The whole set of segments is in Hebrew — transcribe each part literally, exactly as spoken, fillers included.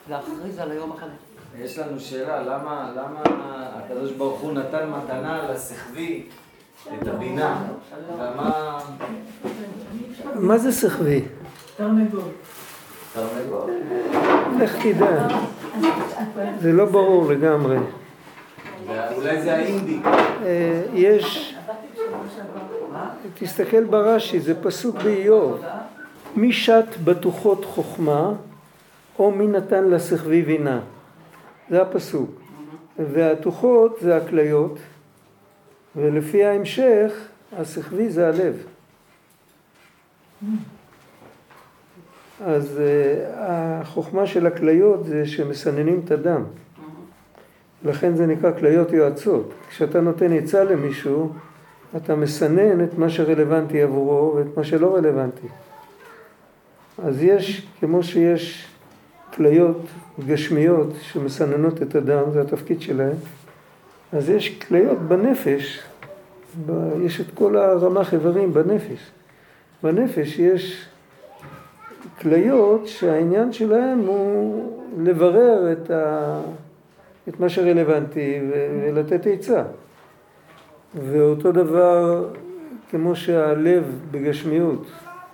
להכריז על היום אחרי. יש לנו שאלה, למה, למה הקדוש ברוך הוא נתן מתנה לסחבי את הבינה? ומה... מה זה סחבי? תרנגול. תרנגול. לך תדע. זה לא ברור לגמרי. אולי זה האינדי. יש... תסתכל ברש"י, זה פסוק באיוב. מי שת בטוחות חוכמה, או מי נתן לסחבי בינה. זה הפסוק. והטוחות זה הכליות, ולפי ההמשך, הסחבי זה הלב. אז החוכמה של הכליות זה שמסננים את הדם. לכן זה נקרא כליות יועצות. כשאתה נותן עצה למישהו, אתה מסנן את מה שרלוונטי עבורו ואת מה שלא רלוונטי. אז יש, כמו שיש כליות גשמיות שמסננות את הדם, זה התפקיד שלהם, אז יש כליות בנפש, ב, יש את כל הרמ"ח איברים בנפש. בנפש יש כליות שהעניין שלהם הוא לברר את, ה, את מה שרלוונטי ולתת עצה. ואותו דבר כמו שהלב בגשמיות,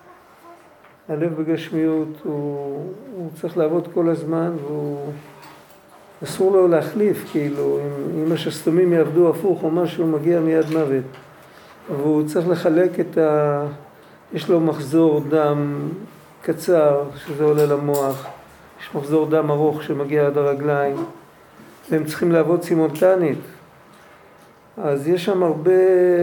הלב בגשמיות הוא, הוא צריך לעבוד כל הזמן והוא אסור לו להחליף, כאילו אם, אם השסתומים יעבדו הפוך או משהו מגיע מיד מוות, והוא צריך לחלק את ה... יש לו מחזור דם קצר שזה עולה למוח, יש מחזור דם ארוך שמגיע עד הרגליים, והם צריכים לעבוד סימולטנית. אז יש שם הרבה,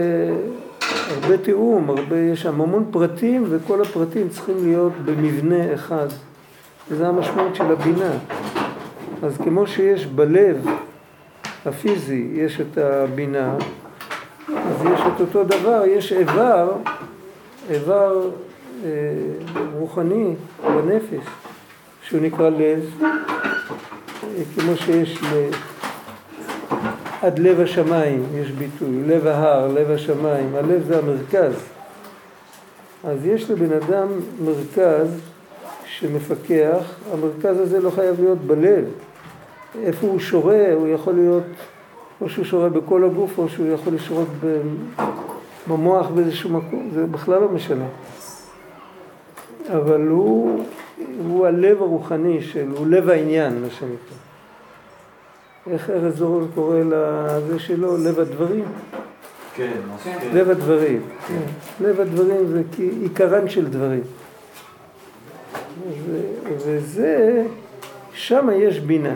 הרבה תיאום, הרבה, יש שם המון פרטים, וכל הפרטים צריכים להיות במבנה אחד. וזה המשמעות של הבינה. אז כמו שיש בלב הפיזי, יש את הבינה, אז יש את אותו דבר, יש איבר, איבר אה, רוחני בנפש, שהוא נקרא לב, כמו שיש ל... עד לב השמיים, יש ביטוי, לב ההר, לב השמיים, הלב זה המרכז. אז יש לבן אדם מרכז שמפקח, המרכז הזה לא חייב להיות בלב. איפה הוא שורה, הוא יכול להיות, או שהוא שורה בכל הגוף, או שהוא יכול לשרות במוח באיזשהו מקום, זה בכלל לא משנה. אבל הוא, הוא הלב הרוחני של, הוא לב העניין, מה שנקרא. איך ארז אורל קורא לזה שלו? לב הדברים? כן. לב הדברים. לב הדברים זה עיקרן של דברים. וזה, שם יש בינה.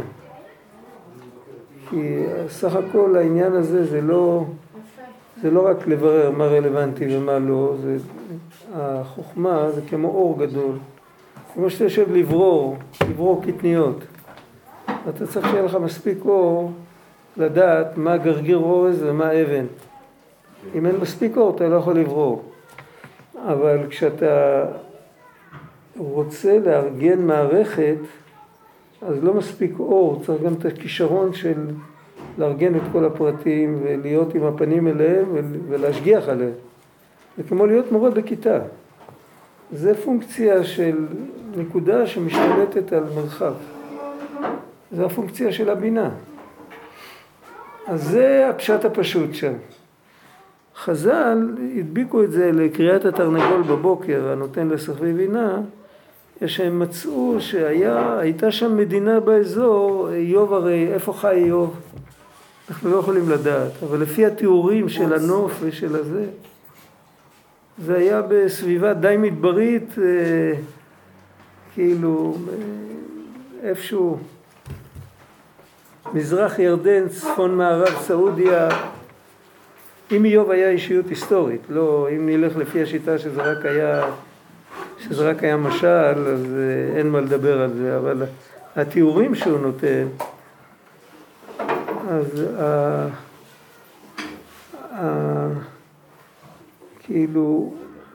כי סך הכל העניין הזה זה לא, זה לא רק לברר מה רלוונטי ומה לא, זה, החוכמה זה כמו אור גדול. כמו שאתה יושב לברור, לברור קטניות. אתה צריך שיהיה לך מספיק אור לדעת מה גרגיר אורז ומה אבן. אם אין מספיק אור אתה לא יכול לברור. אבל כשאתה רוצה לארגן מערכת, אז לא מספיק אור, צריך גם את הכישרון של לארגן את כל הפרטים ולהיות עם הפנים אליהם ולהשגיח עליהם. זה כמו להיות מורה בכיתה. זה פונקציה של נקודה שמשתלטת על מרחב. זה הפונקציה של הבינה. אז זה הפשט הפשוט שם. חז"ל הדביקו את זה לקריאת התרנגול בבוקר, הנותן לסחבי בינה, שהם מצאו שהייתה שם מדינה באזור, איוב הרי, איפה חי איוב? אנחנו לא יכולים לדעת, אבל לפי התיאורים של הנוף ושל הזה, זה היה בסביבה די מדברית, כאילו, איפשהו, מזרח ירדן, צפון מערב, סעודיה. אם איוב היה אישיות היסטורית, לא, אם נלך לפי השיטה שזה רק היה, שזה רק היה משל, אז אין מה לדבר על זה, אבל התיאורים שהוא נותן, אז ה, ה, כאילו,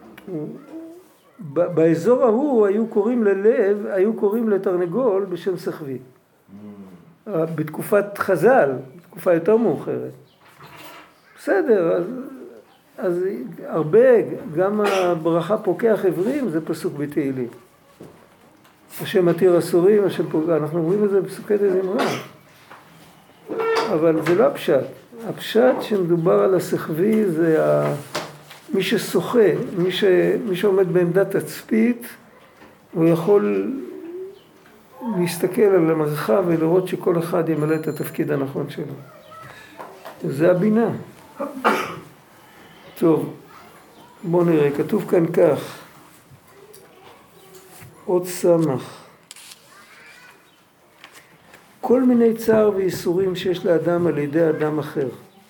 באזור ההוא היו קוראים ללב, היו קוראים לתרנגול בשם סחבי. בתקופת חז"ל, בתקופה יותר מאוחרת. בסדר, אז, אז הרבה, גם הברכה פוקח עברים זה פסוק בתהילים. השם מתיר אסורים, השם פוגע, אנחנו אומרים את זה בפסוקי דזמרה. אבל זה לא הפשט. הפשט שמדובר על הסחבי זה ה... מי ששוחה, מי, ש... מי שעומד בעמדת תצפית, הוא יכול להסתכל על המרחב ולראות שכל אחד ימלא את התפקיד הנכון שלו. זה הבינה. טוב, בואו נראה, כתוב כאן כך, עוד סמך. כל מיני צער ואיסורים שיש לאדם על ידי אדם אחר.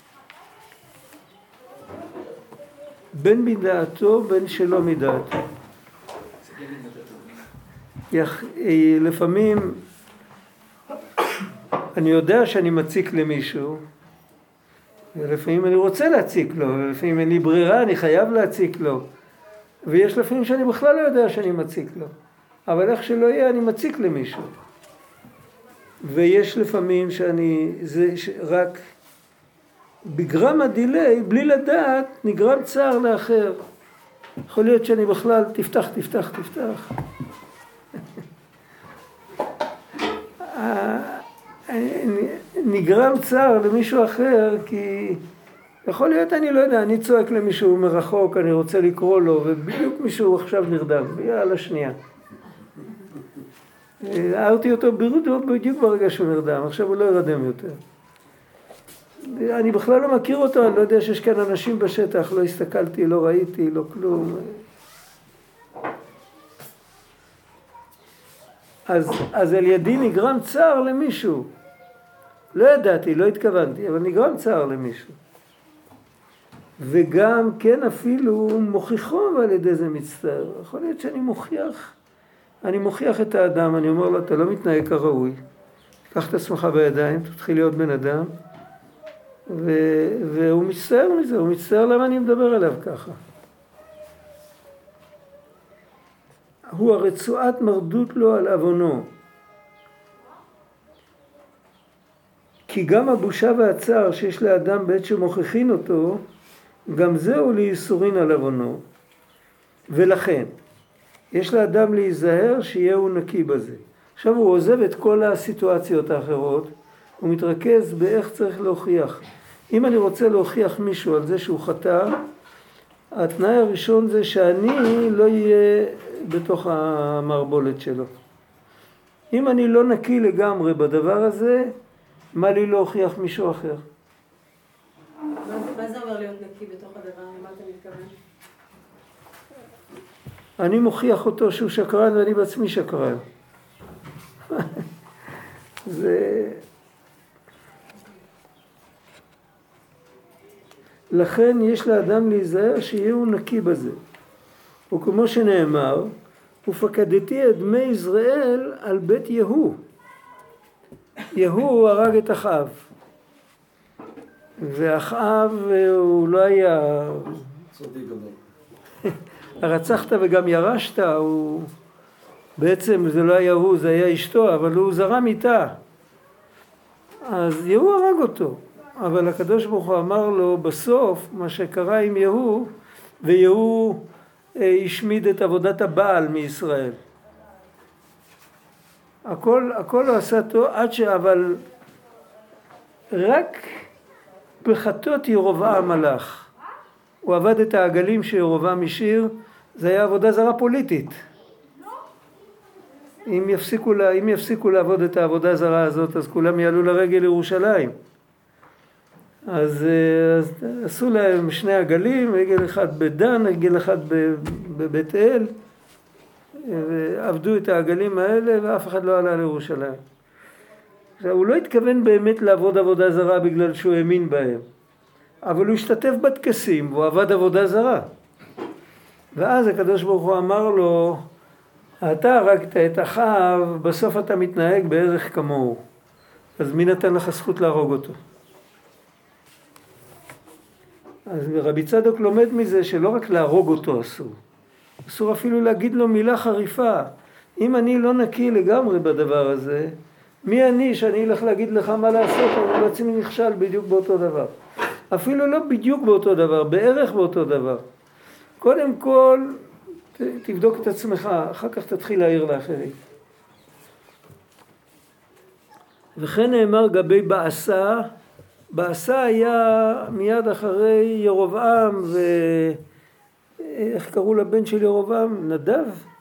בין מדעתו, בין שלא מדעתו. לפעמים אני יודע שאני מציק למישהו, ולפעמים אני רוצה להציק לו, ולפעמים אין לי ברירה, אני חייב להציק לו. ויש לפעמים שאני בכלל לא יודע שאני מציק לו. אבל איך שלא יהיה, אני מציק למישהו. ויש לפעמים שאני, זה רק בגרם הדילי, בלי לדעת, נגרם צער לאחר. יכול להיות שאני בכלל, תפתח, תפתח, תפתח. נגרם צער למישהו אחר, כי יכול להיות, אני לא יודע, אני צועק למישהו מרחוק, אני רוצה לקרוא לו, ובדיוק מישהו עכשיו נרדם, יאללה שנייה. הערתי אותו בדיוק ברגע שהוא נרדם, עכשיו הוא לא ירדם יותר. אני בכלל לא מכיר אותו, אני לא יודע שיש כאן אנשים בשטח, לא הסתכלתי, לא ראיתי, לא כלום. אז, אז על ידי נגרם צער למישהו. לא ידעתי, לא התכוונתי, אבל נגרם צער למישהו. וגם כן אפילו מוכיחו על ידי זה מצטער. יכול להיות שאני מוכיח, אני מוכיח את האדם, אני אומר לו, אתה לא מתנהג כראוי. תיקח את עצמך בידיים, תתחיל להיות בן אדם. ו- והוא מצטער מזה, הוא מצטער למה אני מדבר אליו ככה. הוא הרצועת מרדות לו על אבונו. כי גם הבושה והצער שיש לאדם בעת שמוכיחין אותו, גם זהו לייסורין על אבונו. ולכן, יש לאדם להיזהר שיהיה נקי בזה. עכשיו הוא עוזב את כל הסיטואציות האחרות, הוא מתרכז באיך צריך להוכיח. אם אני רוצה להוכיח מישהו על זה שהוא חטא, התנאי הראשון זה שאני לא אהיה בתוך המערבולת שלו. אם אני לא נקי לגמרי בדבר הזה, מה לי להוכיח מישהו אחר? מה זה אומר להיות נקי בתוך הדבר? מה אתה מתכוון? אני מוכיח אותו שהוא שקרן ואני בעצמי שקרן. זה... לכן יש לאדם להיזהר שיהיה הוא נקי בזה. וכמו שנאמר, ופקדתי את דמי יזרעאל על בית יהוא. יהוא הרג את אחאב. ואחאב הוא לא היה... צדיק גדול. הרצחת וגם ירשת, הוא... בעצם זה לא היה הוא, זה היה אשתו, אבל הוא זרם איתה. אז יהוא הרג אותו. אבל הקדוש ברוך הוא אמר לו בסוף מה שקרה עם יהוא, ויהוא השמיד את עבודת הבעל מישראל. הכל, הכל הוא עשה טוב, עד ש... אבל רק בחטות ירבעם הלך. הוא עבד את העגלים שירבעם השאיר, זה היה עבודה זרה פוליטית. אם יפסיקו, לה, אם יפסיקו לעבוד את העבודה הזרה הזאת, אז כולם יעלו לרגל לירושלים. אז, אז עשו להם שני עגלים, עגל אחד בדן, עגל אחד בבית אל, ועבדו את העגלים האלה ואף אחד לא עלה לירושלים. עכשיו, הוא לא התכוון באמת לעבוד עבודה זרה בגלל שהוא האמין בהם, אבל הוא השתתף בטקסים והוא עבד עבודה זרה. ואז הקדוש ברוך הוא אמר לו, אתה הרגת את אחאב, בסוף אתה מתנהג בערך כמוהו, אז מי נתן לך זכות להרוג אותו? אז רבי צדוק לומד מזה שלא רק להרוג אותו אסור, אסור אפילו להגיד לו מילה חריפה. אם אני לא נקי לגמרי בדבר הזה, מי אני שאני אלך להגיד לך מה לעשות? אני בעצמי נכשל בדיוק באותו דבר. אפילו לא בדיוק באותו דבר, בערך באותו דבר. קודם כל, תבדוק את עצמך, אחר כך תתחיל להעיר לאחרים. וכן נאמר גבי בעשה, בעשה היה מיד אחרי ירובעם, ואיך קראו לבן של ירובעם? נדב?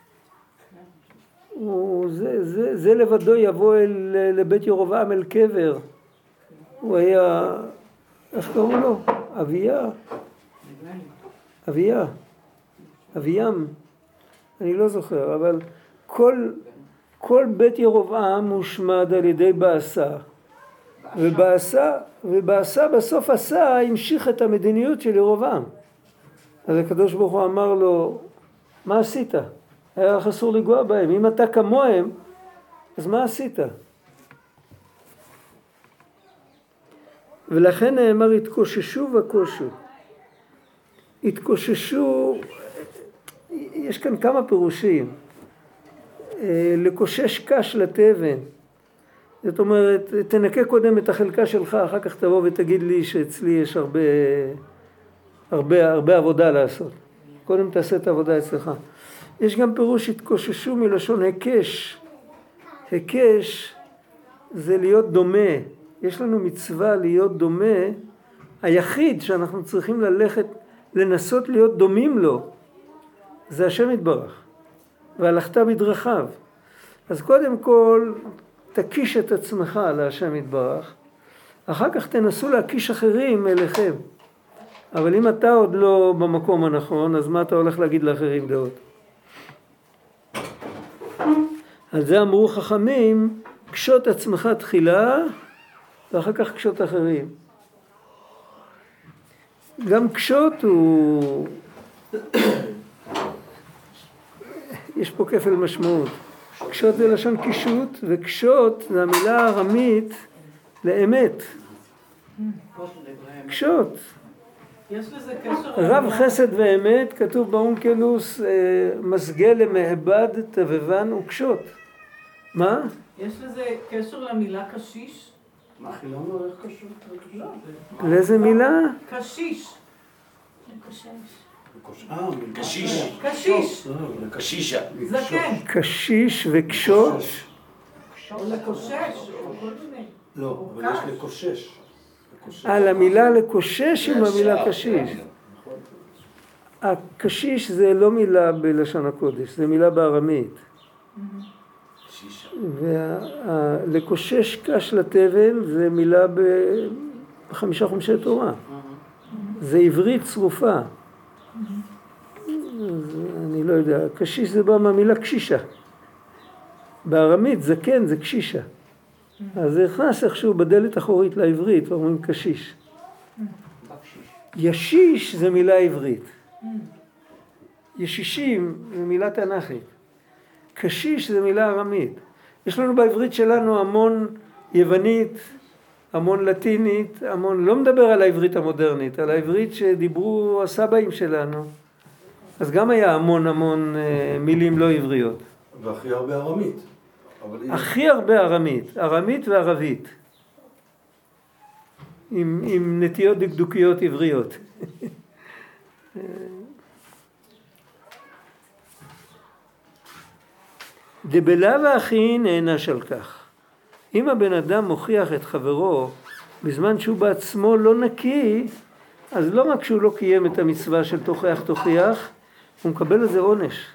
הוא, זה, זה, זה לבדו יבוא אל, לבית ירובעם אל קבר. הוא היה, איך קראו לו? אביה? אביה? אביים? אני לא זוכר, אבל כל, כל בית ירובעם הושמד על ידי בעשה. ובעשה, ובעשה בסוף עשה, המשיך את המדיניות של ירובעם. אז הקדוש ברוך הוא אמר לו, מה עשית? היה לך אסור לגוע בהם. אם אתה כמוהם, אז מה עשית? ולכן נאמר, התקוששו וקושו. התקוששו, יש כאן כמה פירושים. לקושש קש לתבן. זאת אומרת, תנקה קודם את החלקה שלך, אחר כך תבוא ותגיד לי שאצלי יש הרבה, הרבה, הרבה עבודה לעשות. קודם תעשה את העבודה אצלך. יש גם פירוש התקוששו מלשון הקש. הקש זה להיות דומה. יש לנו מצווה להיות דומה. היחיד שאנחנו צריכים ללכת, לנסות להיות דומים לו, זה השם יתברך. והלכת בדרכיו. אז קודם כל, תקיש את עצמך להשם יתברך. אחר כך תנסו להקיש אחרים אליכם. אבל אם אתה עוד לא במקום הנכון, אז מה אתה הולך להגיד לאחרים דעות? על זה אמרו חכמים, קשות עצמך תחילה, ואחר כך קשות אחרים. גם קשות הוא... יש פה כפל משמעות. קשות זה לשון קישוט, וקשות זה המילה הארמית לאמת. קשות. יש לזה קשר... רב חסד ואמת, כתוב באונקלוס, מסגה למעבד, תבבן וקשות. מה? יש לזה קשר למילה קשיש? מה חילון לא איך קשור? לאיזה מילה? קשיש. אה, קשיש. קשיש. קשישה. זקן. קשיש וקשות. או לקושש, או כל מיני. לא, אבל יש לקושש. על המילה לקושש עם המילה קשיש. הקשיש זה לא מילה בלשון הקודש, זה מילה בארמית. ולקושש קש לתבן זה מילה בחמישה חומשי תורה. זה עברית צרופה. אני לא יודע, קשיש זה בא מהמילה קשישה. בארמית זקן זה קשישה. אז זה נכנס איכשהו בדלת אחורית לעברית, ואומרים קשיש. ישיש זה מילה עברית. ישישים זה מילה תנ"כית. קשיש זה מילה ארמית. יש לנו בעברית שלנו המון יוונית, המון לטינית, המון, לא מדבר על העברית המודרנית, על העברית שדיברו הסבאים שלנו. אז גם היה המון המון מילים לא עבריות. והכי הרבה ארמית. הכי הרבה ארמית, ארמית וערבית. עם, עם נטיות דקדוקיות עבריות. דבלה ואחי נענש על כך. אם הבן אדם מוכיח את חברו בזמן שהוא בעצמו לא נקי, אז לא רק שהוא לא קיים את המצווה של תוכיח תוכיח, הוא מקבל לזה עונש.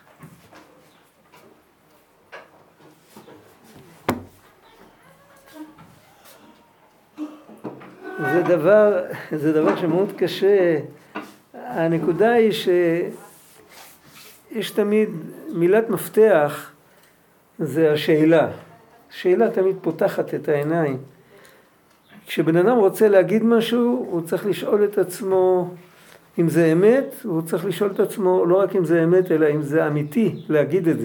זה דבר, זה דבר שמאוד קשה. הנקודה היא שיש תמיד מילת מפתח, זה השאלה. השאלה תמיד פותחת את העיניים. כשבן אדם רוצה להגיד משהו, הוא צריך לשאול את עצמו אם זה אמת, הוא צריך לשאול את עצמו לא רק אם זה אמת, אלא אם זה אמיתי להגיד את זה.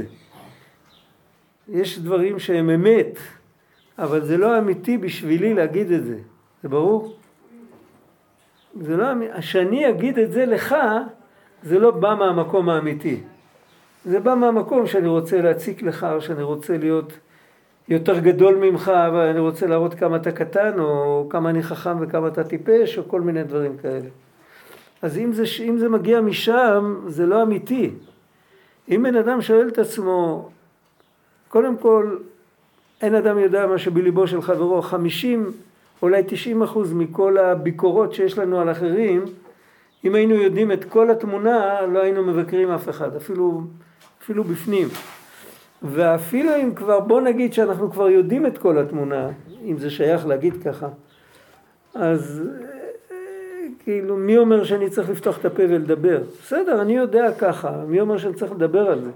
יש דברים שהם אמת, אבל זה לא אמיתי בשבילי להגיד את זה. זה ברור? זה לא אמיתי. שאני אגיד את זה לך, זה לא בא מהמקום האמיתי. זה בא מהמקום שאני רוצה להציק לך, או שאני רוצה להיות יותר גדול ממך, ואני רוצה להראות כמה אתה קטן, או כמה אני חכם וכמה אתה טיפש, או כל מיני דברים כאלה. אז אם זה, אם זה מגיע משם, זה לא אמיתי. אם בן אדם שואל את עצמו, קודם כל, אין אדם יודע מה שבליבו של חברו. חמישים, אולי תשעים אחוז מכל הביקורות שיש לנו על אחרים, אם היינו יודעים את כל התמונה, לא היינו מבקרים אף אחד, אפילו, אפילו בפנים. ואפילו אם כבר, בוא נגיד שאנחנו כבר יודעים את כל התמונה, אם זה שייך להגיד ככה, אז כאילו, מי אומר שאני צריך לפתוח את הפה ולדבר? בסדר, אני יודע ככה, מי אומר שאני צריך לדבר על זה?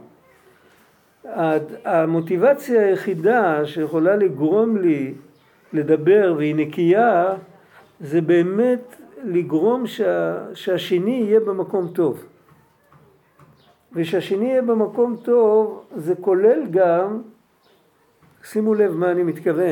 המוטיבציה היחידה שיכולה לגרום לי לדבר והיא נקייה, זה באמת לגרום שה, שהשני יהיה במקום טוב. ושהשני יהיה במקום טוב, זה כולל גם, שימו לב מה אני מתכוון.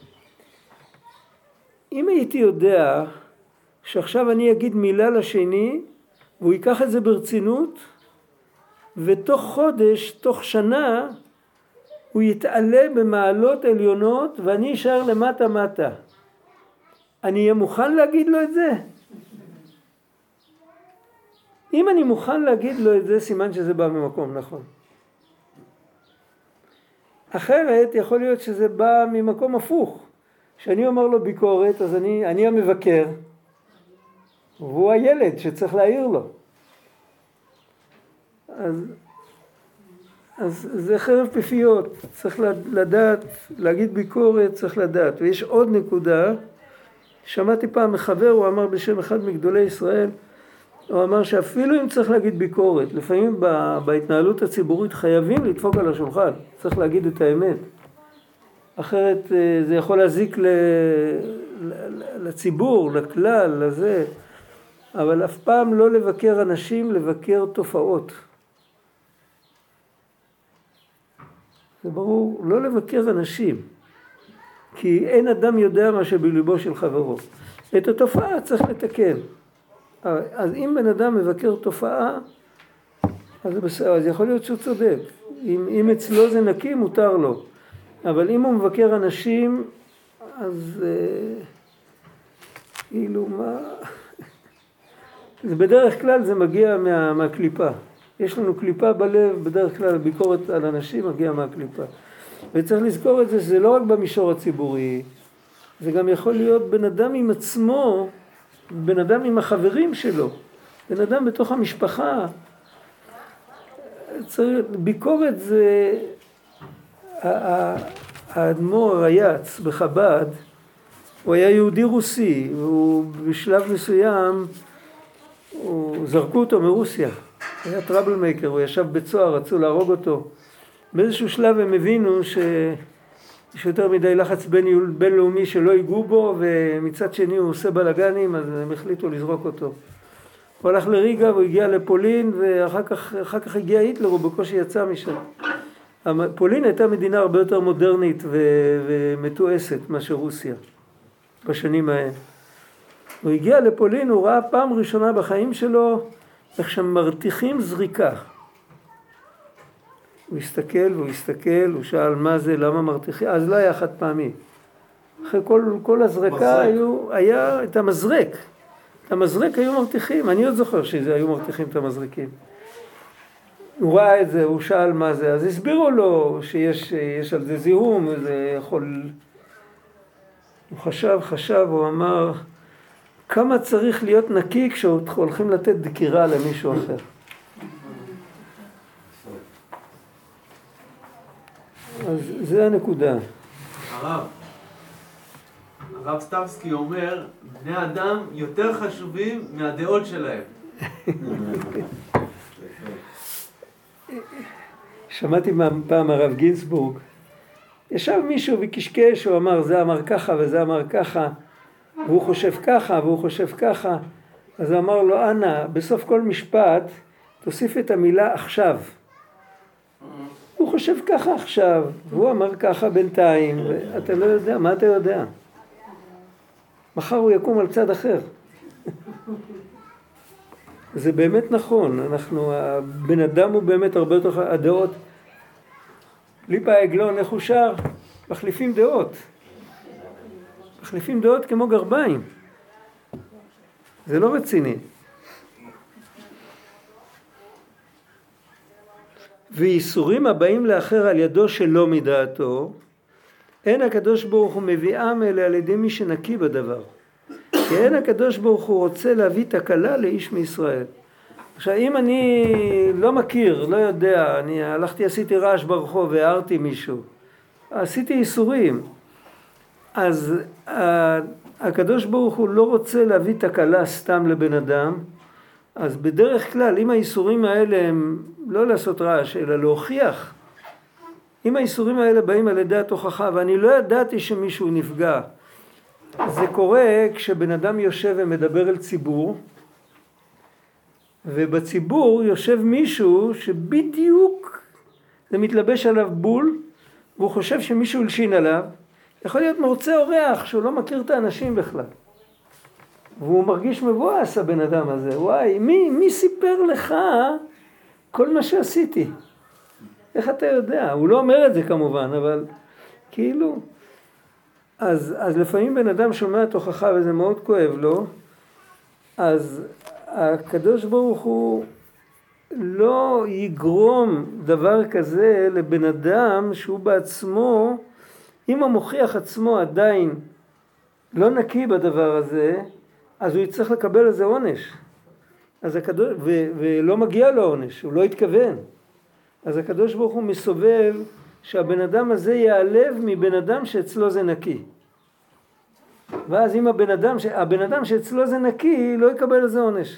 אם הייתי יודע שעכשיו אני אגיד מילה לשני, והוא ייקח את זה ברצינות, ותוך חודש, תוך שנה, הוא יתעלה במעלות עליונות, ואני אשאר למטה מטה. אני אהיה מוכן להגיד לו את זה? אם אני מוכן להגיד לו את זה, סימן שזה בא ממקום נכון. אחרת, יכול להיות שזה בא ממקום הפוך. כשאני אומר לו ביקורת, אז אני, אני המבקר, והוא הילד שצריך להעיר לו. אז, אז זה חרב פיפיות, צריך לדעת, להגיד ביקורת, צריך לדעת. ויש עוד נקודה, שמעתי פעם מחבר, הוא אמר בשם אחד מגדולי ישראל, הוא אמר שאפילו אם צריך להגיד ביקורת, לפעמים בהתנהלות הציבורית חייבים לדפוק על השולחן, צריך להגיד את האמת. אחרת זה יכול להזיק לציבור, לכלל, לזה. אבל אף פעם לא לבקר אנשים, לבקר תופעות. זה ברור, לא לבקר אנשים. כי אין אדם יודע מה שבליבו של חברו. את התופעה צריך לתקן. אז אם בן אדם מבקר תופעה, אז זה בסדר, אז יכול להיות שהוא צודק. אם, אם אצלו זה נקי, מותר לו. אבל אם הוא מבקר אנשים, אז אה, כאילו מה... זה בדרך כלל זה מגיע מה, מהקליפה. יש לנו קליפה בלב, בדרך כלל ביקורת על אנשים מגיע מהקליפה. וצריך לזכור את זה, זה לא רק במישור הציבורי, זה גם יכול להיות בן אדם עם עצמו, בן אדם עם החברים שלו, בן אדם בתוך המשפחה. צריך, ביקורת זה, האדמו"ר הי"ץ בחב"ד, הוא היה יהודי רוסי, והוא בשלב מסוים, הוא, זרקו אותו מרוסיה, היה טראבל מייקר, הוא ישב בצוהר, רצו להרוג אותו. באיזשהו שלב הם הבינו שיש יותר מדי לחץ בין, בינלאומי שלא ייגעו בו, ומצד שני הוא עושה בלגנים, אז הם החליטו לזרוק אותו. הוא הלך לריגה והוא הגיע לפולין, ואחר כך, אחר כך הגיע היטלר, הוא בקושי יצא משם. פולין הייתה מדינה הרבה יותר מודרנית ומתועסת מאשר רוסיה, בשנים ההם. הוא הגיע לפולין, הוא ראה פעם ראשונה בחיים שלו, איך שמרתיחים זריקה. הוא הסתכל והוא הסתכל, הוא שאל מה זה, למה מרתיחים, אז לא היה חד פעמי. אחרי כל, כל הזרקה היו, היה את המזרק. את המזרק היו מרתיחים, אני עוד זוכר שזה היו מרתיחים את המזרקים. הוא ראה את זה, הוא שאל מה זה, אז הסבירו לו שיש יש על זה זיהום, וזה יכול... הוא חשב, חשב, הוא אמר, כמה צריך להיות נקי כשהולכים לתת דקירה למישהו אחר. אז זה הנקודה. הרב, הרב סטבסקי אומר, בני אדם יותר חשובים מהדעות שלהם. שמעתי פעם הרב גינסבורג, ישב מישהו וקשקש, הוא אמר, זה אמר ככה וזה אמר ככה, והוא חושב ככה והוא חושב ככה, אז הוא אמר לו, אנא, בסוף כל משפט, תוסיף את המילה עכשיו. הוא חושב ככה עכשיו, והוא אמר ככה בינתיים, ואתה לא יודע, מה אתה יודע? מחר הוא יקום על צד אחר. זה באמת נכון, אנחנו, הבן אדם הוא באמת הרבה יותר, הדעות, ליפה העגלון, איך הוא שר? מחליפים דעות. מחליפים דעות כמו גרביים. זה לא רציני. ואיסורים הבאים לאחר על ידו שלא מדעתו, אין הקדוש ברוך הוא מביאם אלה על ידי מי שנקי בדבר. כי אין הקדוש ברוך הוא רוצה להביא תקלה לאיש מישראל. עכשיו אם אני לא מכיר, לא יודע, אני הלכתי עשיתי רעש ברחוב והערתי מישהו, עשיתי איסורים, אז הקדוש ברוך הוא לא רוצה להביא תקלה סתם לבן אדם, אז בדרך כלל אם האיסורים האלה הם לא לעשות רעש אלא להוכיח, אם האיסורים האלה באים על ידי התוכחה ואני לא ידעתי שמישהו נפגע, זה קורה כשבן אדם יושב ומדבר אל ציבור, ובציבור יושב מישהו שבדיוק זה מתלבש עליו בול, והוא חושב שמישהו הלשין עליו, יכול להיות מרצה אורח שהוא לא מכיר את האנשים בכלל. והוא מרגיש מבואס הבן אדם הזה, וואי, מי, מי סיפר לך כל מה שעשיתי? איך אתה יודע? הוא לא אומר את זה כמובן, אבל כאילו, אז, אז לפעמים בן אדם שומע תוכחה וזה מאוד כואב לו, אז הקדוש ברוך הוא לא יגרום דבר כזה לבן אדם שהוא בעצמו, אם המוכיח עצמו עדיין לא נקי בדבר הזה, אז הוא יצטרך לקבל איזה עונש. אז הקדוש, ו, ולא מגיע לו עונש, הוא לא התכוון. אז הקדוש ברוך הוא מסובב שהבן אדם הזה יעלב מבן אדם שאצלו זה נקי. ואז אם הבן אדם, הבן אדם שאצלו זה נקי, לא יקבל איזה עונש.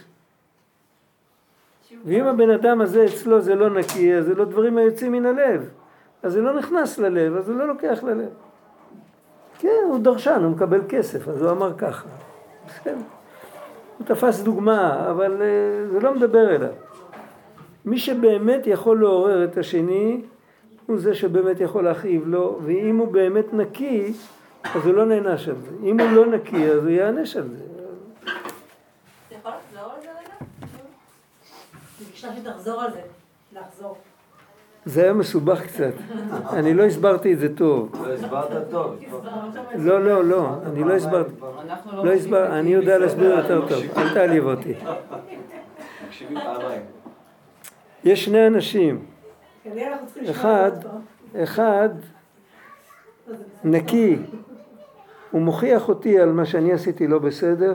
ואם הבן אדם הזה אצלו זה לא נקי, אז זה לא דברים היוצאים מן הלב. אז זה לא נכנס ללב, אז זה לא לוקח ללב. כן, הוא דרשן, הוא מקבל כסף, אז הוא אמר ככה. בסדר. הוא תפס דוגמה, אבל זה לא מדבר אליו. מי שבאמת יכול לעורר את השני, הוא זה שבאמת יכול להכאיב לו, ואם הוא באמת נקי, אז הוא לא נענש על זה. אם הוא לא נקי, אז הוא יענש על זה. אתה יכול לחזור על זה רגע? ביקשה שתחזור על זה, לחזור. זה היה מסובך קצת. אני לא הסברתי את זה טוב. לא הסברת טוב. לא, לא, לא. אני לא הסברתי. לא הסבר, אני יודע להסביר יותר טוב. אל תעליב אותי. מקשיבים פעמיים. יש שני אנשים. כנראה אנחנו צריכים לשמוע אחד, אותו. אחד נקי. הוא מוכיח אותי על מה שאני עשיתי לא בסדר,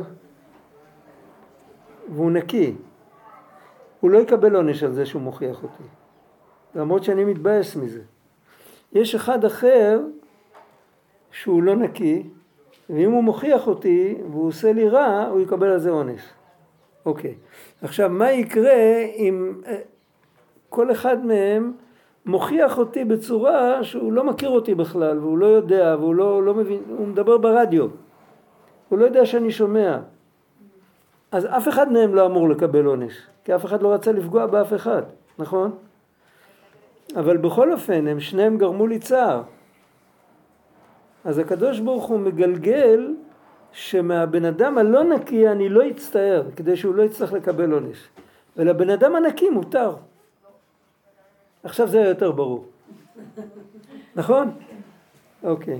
והוא נקי. הוא לא יקבל עונש על זה שהוא מוכיח אותי. למרות שאני מתבאס מזה. יש אחד אחר שהוא לא נקי, ואם הוא מוכיח אותי והוא עושה לי רע, הוא יקבל על זה עונש. אוקיי. עכשיו, מה יקרה אם כל אחד מהם מוכיח אותי בצורה שהוא לא מכיר אותי בכלל, והוא לא יודע, והוא לא, לא מבין, הוא מדבר ברדיו. הוא לא יודע שאני שומע. אז אף אחד מהם לא אמור לקבל עונש, כי אף אחד לא רצה לפגוע באף אחד, נכון? אבל בכל אופן, הם שניהם גרמו לי צער. אז הקדוש ברוך הוא מגלגל שמהבן אדם הלא נקי אני לא אצטער, כדי שהוא לא יצטרך לקבל עונש. ולבן אדם הנקי מותר. עכשיו זה יותר ברור. נכון? אוקיי.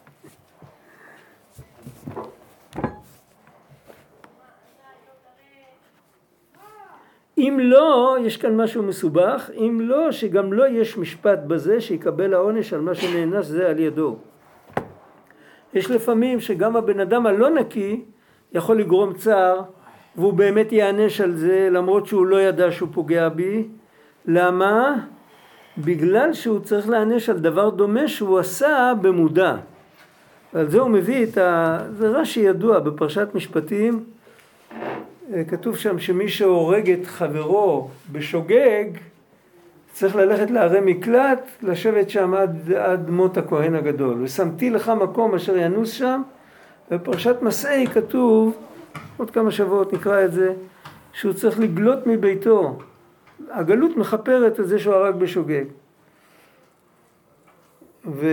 אם לא, יש כאן משהו מסובך, אם לא, שגם לא יש משפט בזה שיקבל העונש על מה שנאנס זה על ידו. יש לפעמים שגם הבן אדם הלא נקי יכול לגרום צער, והוא באמת יענש על זה למרות שהוא לא ידע שהוא פוגע בי. למה? בגלל שהוא צריך לענש על דבר דומה שהוא עשה במודע. ועל זה הוא מביא את ה... זה רש"י ידוע בפרשת משפטים, כתוב שם שמי שהורג את חברו בשוגג, צריך ללכת לערי מקלט, לשבת שם עד, עד מות הכהן הגדול. ושמתי לך מקום אשר ינוס שם, בפרשת מסעי כתוב, עוד כמה שבועות נקרא את זה, שהוא צריך לגלות מביתו. הגלות מחפרת את זה שהוא הרג בשוגג. ו...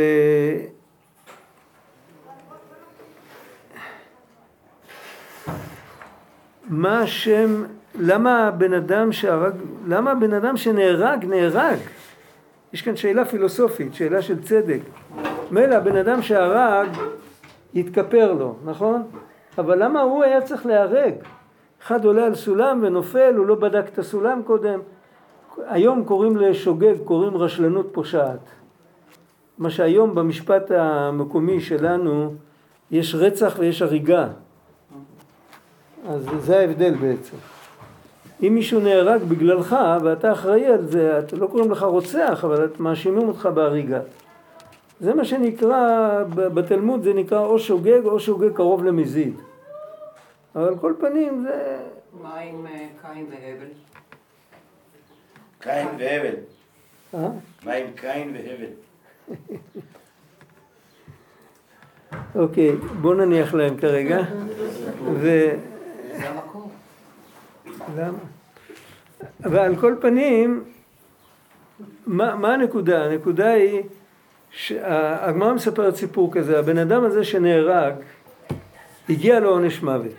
מה השם, למה הבן אדם שהרג, למה הבן אדם שנהרג, נהרג? יש כאן שאלה פילוסופית, שאלה של צדק. מילא הבן אדם שהרג יתכפר לו, נכון? אבל למה הוא היה צריך להרג? אחד עולה על סולם ונופל, הוא לא בדק את הסולם קודם. היום קוראים לשוגג, קוראים רשלנות פושעת. מה שהיום במשפט המקומי שלנו יש רצח ויש הריגה. אז זה ההבדל בעצם. אם מישהו נהרג בגללך ואתה אחראי על זה, אתה לא קוראים לך רוצח, אבל את מאשימים אותך בהריגה. זה מה שנקרא, בתלמוד זה נקרא או שוגג או שוגג קרוב למזיד. אבל כל פנים זה... מה עם קין והבל? קין והבל. אה? מה עם קין והבל? אוקיי, בוא נניח להם כרגע. ו... זה המקום. למה? ועל כל פנים, מה, מה הנקודה? הנקודה היא שהגמרא מספרת סיפור כזה, הבן אדם הזה שנהרג, הגיע לו עונש מוות.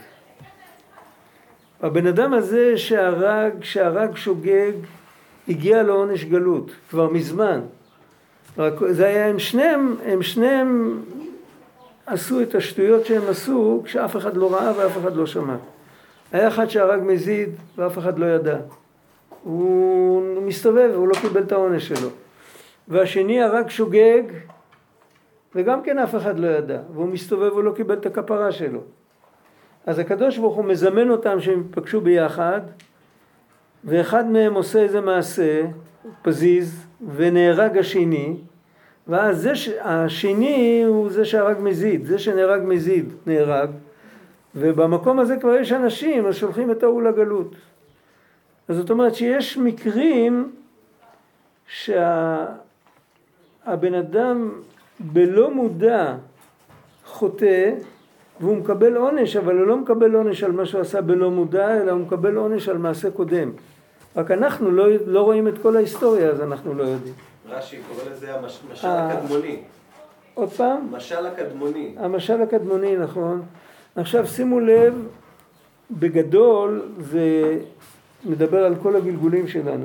הבן אדם הזה שהרג, שהרג שוגג, הגיע לו עונש גלות, כבר מזמן. רק זה היה, הם שניהם, הם שניהם עשו את השטויות שהם עשו, כשאף אחד לא ראה ואף אחד לא שמע. היה אחד שהרג מזיד ואף אחד לא ידע. הוא מסתובב, הוא לא קיבל את העונש שלו. והשני הרג שוגג, וגם כן אף אחד לא ידע. והוא מסתובב, הוא לא קיבל את הכפרה שלו. אז הקדוש ברוך הוא מזמן אותם שהם יפגשו ביחד, ואחד מהם עושה איזה מעשה, פזיז, ונהרג השני, ואז זה ש... השני הוא זה שהרג מזיד, זה שנהרג מזיד נהרג, ובמקום הזה כבר יש אנשים, אז שולחים את ההוא לגלות. אז זאת אומרת שיש מקרים שהבן אדם בלא מודע חוטא, והוא מקבל עונש, אבל הוא לא מקבל עונש על מה שהוא עשה בלא מודע, אלא הוא מקבל עונש על מעשה קודם. רק אנחנו לא, לא רואים את כל ההיסטוריה, אז אנחנו לא יודעים. רש"י קורא לזה המשל הקדמוני. עוד פעם? משל הקדמוני. המשל הקדמוני, נכון. עכשיו שימו לב, בגדול זה מדבר על כל הגלגולים שלנו.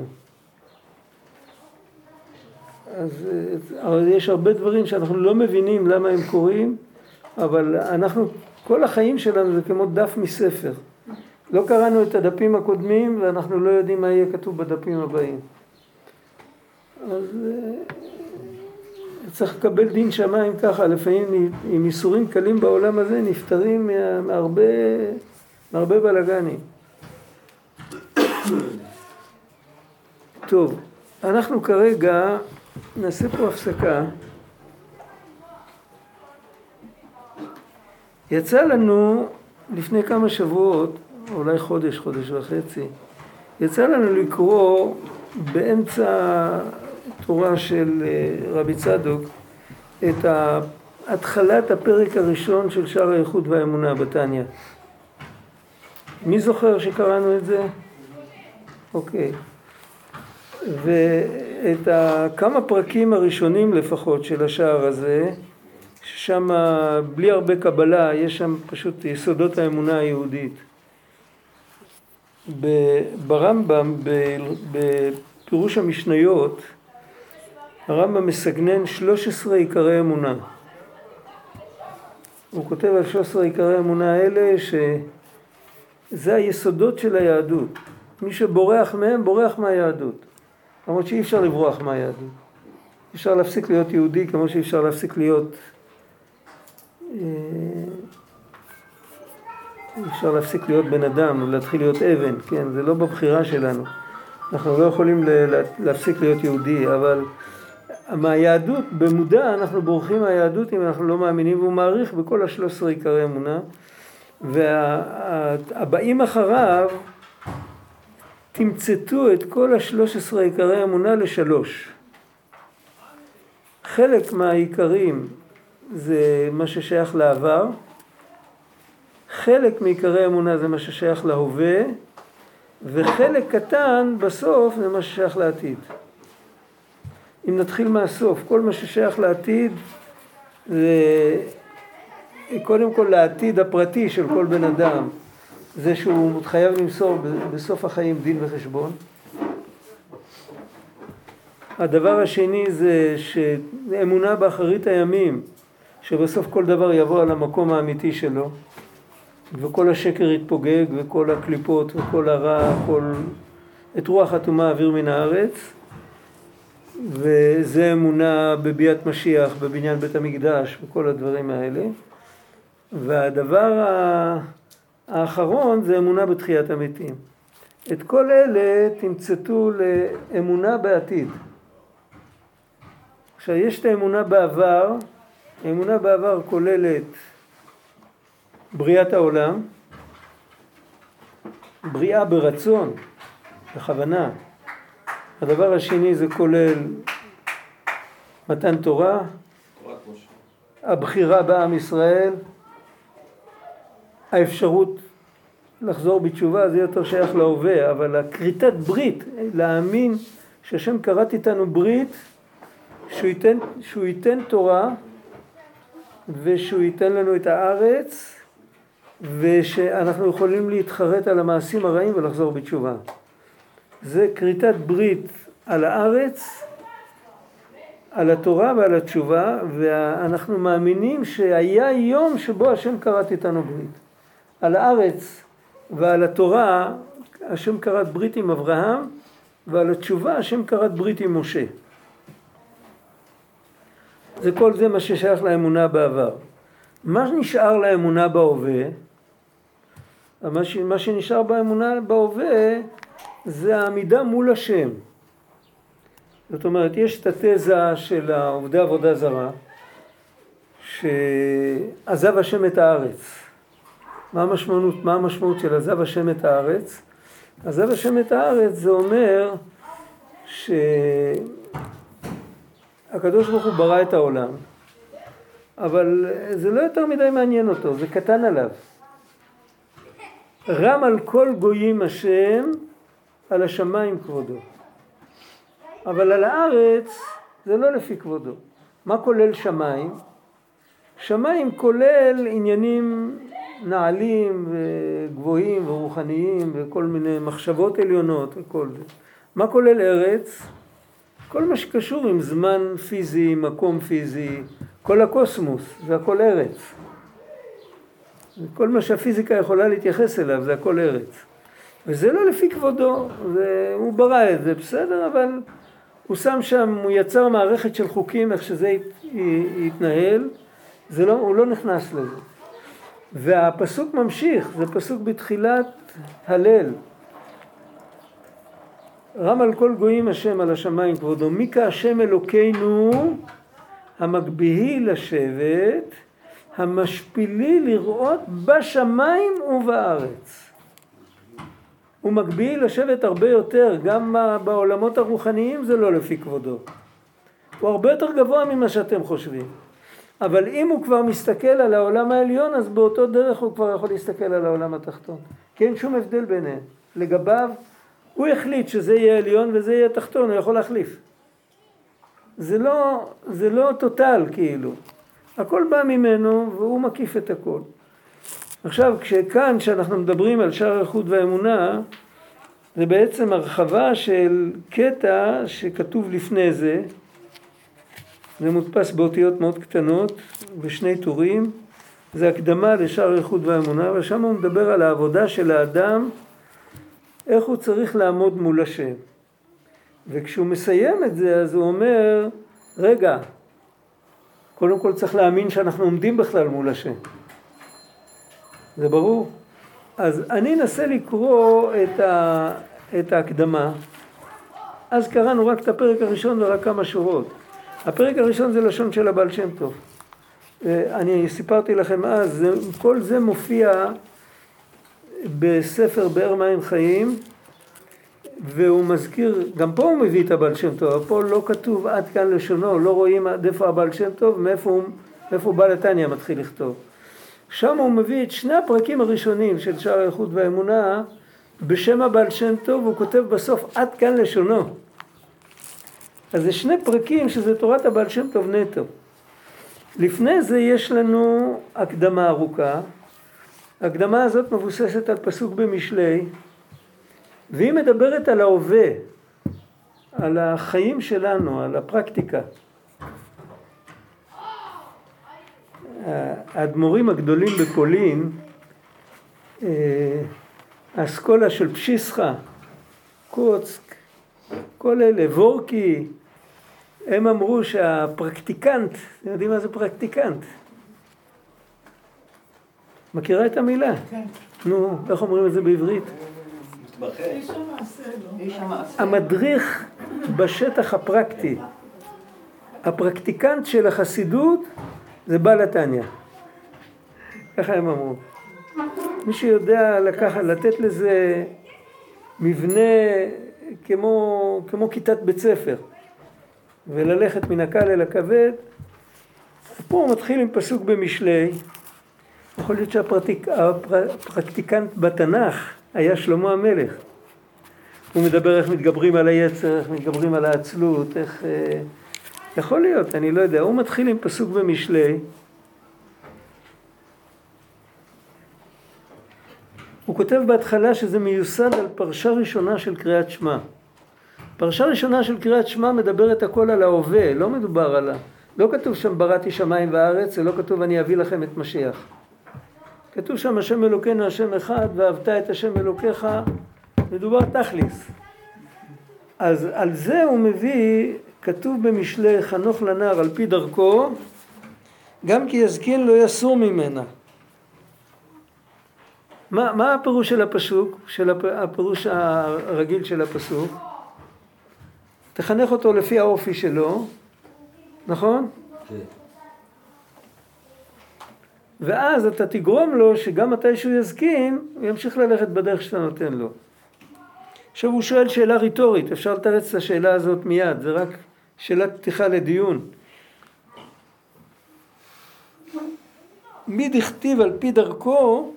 אז, אז יש הרבה דברים שאנחנו לא מבינים למה הם קורים, אבל אנחנו, כל החיים שלנו זה כמו דף מספר. לא קראנו את הדפים הקודמים ואנחנו לא יודעים מה יהיה כתוב בדפים הבאים. אז צריך לקבל דין שמיים ככה, לפעמים עם איסורים קלים בעולם הזה נפטרים מהרבה, מהרבה בלגנים. טוב, אנחנו כרגע נעשה פה הפסקה. יצא לנו לפני כמה שבועות, אולי חודש, חודש וחצי, יצא לנו לקרוא באמצע תורה של רבי צדוק את התחלת הפרק הראשון של שער הייחוד והאמונה בתניא. מי זוכר שקראנו את זה? אוקיי. ואת כמה פרקים הראשונים לפחות של השער הזה, ששם בלי הרבה קבלה, יש שם פשוט יסודות האמונה היהודית. ברמב"ם, בפירוש המשניות, הרמב"ם מסגנן שלוש עשרה עיקרי אמונה. הוא כותב על שלוש עשרה עיקרי אמונה האלה שזה היסודות של היהדות. מי שבורח מהם, בורח מהיהדות. למרות שאי אפשר לברוח מהיהדות. אי אפשר להפסיק להיות יהודי כמו שאי אפשר להפסיק להיות... אי אפשר להפסיק להיות בן אדם, להתחיל להיות אבן, כן? זה לא בבחירה שלנו. אנחנו לא יכולים להפסיק להיות יהודי, אבל מהיהדות, במודע, אנחנו בורחים מהיהדות אם אנחנו לא מאמינים, והוא מעריך בכל השלוש עשרה עיקרי אמונה, והבאים אחריו תמצתו את כל השלוש עשרה עיקרי אמונה לשלוש. חלק מהעיקרים זה מה ששייך לעבר, חלק מעיקרי אמונה זה מה ששייך להווה, וחלק קטן בסוף זה מה ששייך לעתיד. אם נתחיל מהסוף, כל מה ששייך לעתיד זה קודם כל לעתיד הפרטי של כל בן אדם, זה שהוא חייב למסור בסוף החיים דין וחשבון. הדבר השני זה שאמונה באחרית הימים, שבסוף כל דבר יבוא על המקום האמיתי שלו, וכל השקר יתפוגג, וכל הקליפות, וכל הרע, כל... את רוח הטומאה אוויר מן הארץ. וזה אמונה בביאת משיח, בבניין בית המקדש וכל הדברים האלה. והדבר האחרון זה אמונה בתחיית המתים. את כל אלה תמצאו לאמונה בעתיד. עכשיו יש את האמונה בעבר, האמונה בעבר כוללת בריאת העולם, בריאה ברצון, בכוונה. הדבר השני זה כולל מתן תורה, הבחירה בעם ישראל, האפשרות לחזור בתשובה, זה יותר שייך להווה, אבל הכריתת ברית, להאמין שהשם כרת איתנו ברית, שהוא ייתן, שהוא ייתן תורה, ושהוא ייתן לנו את הארץ, ושאנחנו יכולים להתחרט על המעשים הרעים ולחזור בתשובה. זה כריתת ברית על הארץ, על התורה ועל התשובה, ואנחנו מאמינים שהיה יום שבו השם כרת איתנו ברית. על הארץ ועל התורה השם כרת ברית עם אברהם, ועל התשובה השם כרת ברית עם משה. זה כל זה מה ששייך לאמונה בעבר. מה נשאר לאמונה בהווה? מה, ש... מה שנשאר באמונה בהווה זה העמידה מול השם. זאת אומרת, יש את התזה של עובדי עבודה זרה, שעזב השם את הארץ. מה המשמעות, מה המשמעות של עזב השם את הארץ? עזב השם את הארץ זה אומר שהקדוש ברוך הוא ברא את העולם, אבל זה לא יותר מדי מעניין אותו, זה קטן עליו. רם על כל גויים השם, על השמיים כבודו. אבל על הארץ זה לא לפי כבודו. מה כולל שמיים? שמיים כולל עניינים נעלים וגבוהים ורוחניים וכל מיני מחשבות עליונות וכל זה. מה כולל ארץ? כל מה שקשור עם זמן פיזי, מקום פיזי, כל הקוסמוס, זה הכל ארץ. כל מה שהפיזיקה יכולה להתייחס אליו, זה הכל ארץ. וזה לא לפי כבודו, זה, הוא ברא את זה, בסדר, אבל הוא שם שם, הוא יצר מערכת של חוקים, איך שזה ית, יתנהל, זה לא, הוא לא נכנס לזה. והפסוק ממשיך, זה פסוק בתחילת הלל. רם על כל גויים השם על השמיים כבודו, מי כהשם אלוקינו המגביהי לשבת, המשפילי לראות בשמיים ובארץ. הוא מגביהי לשבת הרבה יותר, גם בעולמות הרוחניים זה לא לפי כבודו. הוא הרבה יותר גבוה ממה שאתם חושבים. אבל אם הוא כבר מסתכל על העולם העליון, אז באותו דרך הוא כבר יכול להסתכל על העולם התחתון. כי אין שום הבדל ביניהם. לגביו, הוא החליט שזה יהיה עליון וזה יהיה תחתון, הוא יכול להחליף. זה לא, זה לא טוטל כאילו. הכל בא ממנו והוא מקיף את הכל. עכשיו, כשכאן שאנחנו מדברים על שער האיחוד והאמונה, זה בעצם הרחבה של קטע שכתוב לפני זה, זה מודפס באותיות מאוד קטנות, בשני טורים, זה הקדמה לשער האיחוד והאמונה, ושם הוא מדבר על העבודה של האדם, איך הוא צריך לעמוד מול השם. וכשהוא מסיים את זה, אז הוא אומר, רגע, קודם כל צריך להאמין שאנחנו עומדים בכלל מול השם. זה ברור? אז אני אנסה לקרוא את, ה, את ההקדמה. אז קראנו רק את הפרק הראשון ורק כמה שורות. הפרק הראשון זה לשון של הבעל שם טוב. אני סיפרתי לכם אז, זה, כל זה מופיע בספר באר מים חיים, והוא מזכיר, גם פה הוא מביא את הבעל שם טוב, אבל פה לא כתוב עד כאן לשונו, לא רואים עד איפה הבעל שם טוב, מאיפה הוא, מאיפה בעל התניא מתחיל לכתוב. שם הוא מביא את שני הפרקים הראשונים של שער האיחוד והאמונה, בשם הבעל שם טוב, הוא כותב בסוף עד כאן לשונו. אז זה שני פרקים שזה תורת הבעל שם טוב נטו. לפני זה יש לנו הקדמה ארוכה. ההקדמה הזאת מבוססת על פסוק במשלי, והיא מדברת על ההווה, על החיים שלנו, על הפרקטיקה. האדמו"רים הגדולים בפולין, האסכולה של פשיסחה, קוצק, כל אלה, וורקי, הם אמרו שהפרקטיקנט, אתם יודעים מה זה פרקטיקנט? מכירה את המילה? כן. נו, איך אומרים את זה בעברית? מתבחר. איש המעשה, לא? איש המעשה. המדריך בשטח הפרקטי, הפרקטיקנט של החסידות זה בעל התניא. ככה הם אמרו. מי שיודע לקחת, לתת לזה מבנה כמו, כמו כיתת בית ספר, וללכת מן הקל אל הכבד, פה הוא מתחיל עם פסוק במשלי. יכול להיות שהפרקטיקנט בתנ"ך היה שלמה המלך. הוא מדבר איך מתגברים על היצר, איך מתגברים על העצלות, איך... יכול להיות, אני לא יודע. הוא מתחיל עם פסוק במשלי. הוא כותב בהתחלה שזה מיוסד על פרשה ראשונה של קריאת שמע. פרשה ראשונה של קריאת שמע מדברת הכל על ההווה, לא מדובר על ה... לא כתוב שם בראתי שמיים וארץ, זה לא כתוב אני אביא לכם את משיח. כתוב שם השם אלוקינו השם אחד, ואהבת את השם אלוקיך, מדובר תכליס. אז על זה הוא מביא, כתוב במשלי חנוך לנער על פי דרכו, גם כי יזקין לא יסור ממנה. מה, מה הפירוש של הפסוק, של הפירוש הרגיל של הפסוק? תחנך אותו לפי האופי שלו, נכון? כן. ואז אתה תגרום לו שגם מתי שהוא יזקין, הוא ימשיך ללכת בדרך שאתה נותן לו. עכשיו הוא שואל שאלה ריטורית, אפשר לתרץ את השאלה הזאת מיד, זה רק שאלת פתיחה לדיון. מי דכתיב על פי דרכו,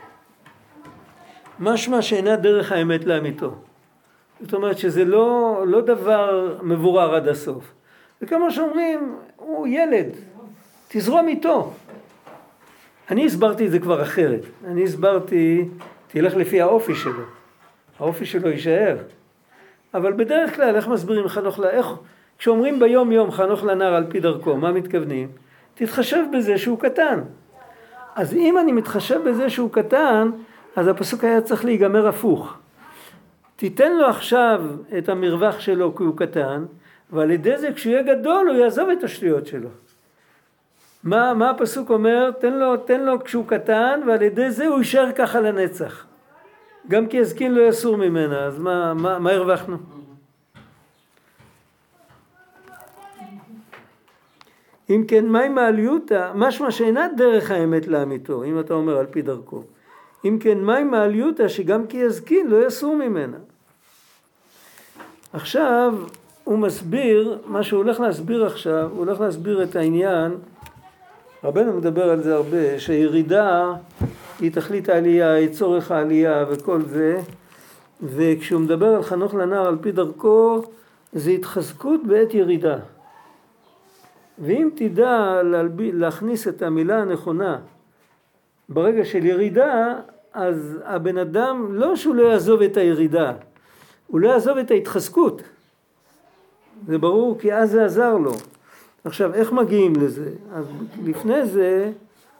משמע שאינה דרך האמת לאמיתו. זאת אומרת שזה לא, לא דבר מבורר עד הסוף. וכמו שאומרים, הוא ילד, תזרום איתו. אני הסברתי את זה כבר אחרת. אני הסברתי, תלך לפי האופי שלו. האופי שלו יישאר. אבל בדרך כלל, איך מסבירים חנוך לה? איך, כשאומרים ביום יום חנוך לנער על פי דרכו, מה מתכוונים? תתחשב בזה שהוא קטן. אז אם אני מתחשב בזה שהוא קטן, אז הפסוק היה צריך להיגמר הפוך. תיתן לו עכשיו את המרווח שלו כי הוא קטן, ועל ידי זה כשהוא יהיה גדול הוא יעזוב את השטויות שלו. מה, מה הפסוק אומר? תן לו, תן לו כשהוא קטן, ועל ידי זה הוא יישאר ככה לנצח. גם כי יזקין לא יסור ממנה, אז מה, מה, מה הרווחנו? אם כן, מה עם העליותה? משמע שאינה דרך האמת לאמיתו, אם אתה אומר על פי דרכו. אם כן, מה עם העליותה שגם כי יזקין לא יסור ממנה? עכשיו הוא מסביר, מה שהוא הולך להסביר עכשיו, הוא הולך להסביר את העניין, רבנו מדבר על זה הרבה, שהירידה היא תכלית העלייה, היא צורך העלייה וכל זה, וכשהוא מדבר על חנוך לנער על פי דרכו, זה התחזקות בעת ירידה. ואם תדע להכניס את המילה הנכונה ברגע של ירידה, אז הבן אדם לא שהוא לא יעזוב את הירידה, הוא לא יעזוב את ההתחזקות. זה ברור כי אז זה עזר לו. עכשיו, איך מגיעים לזה? אז לפני זה,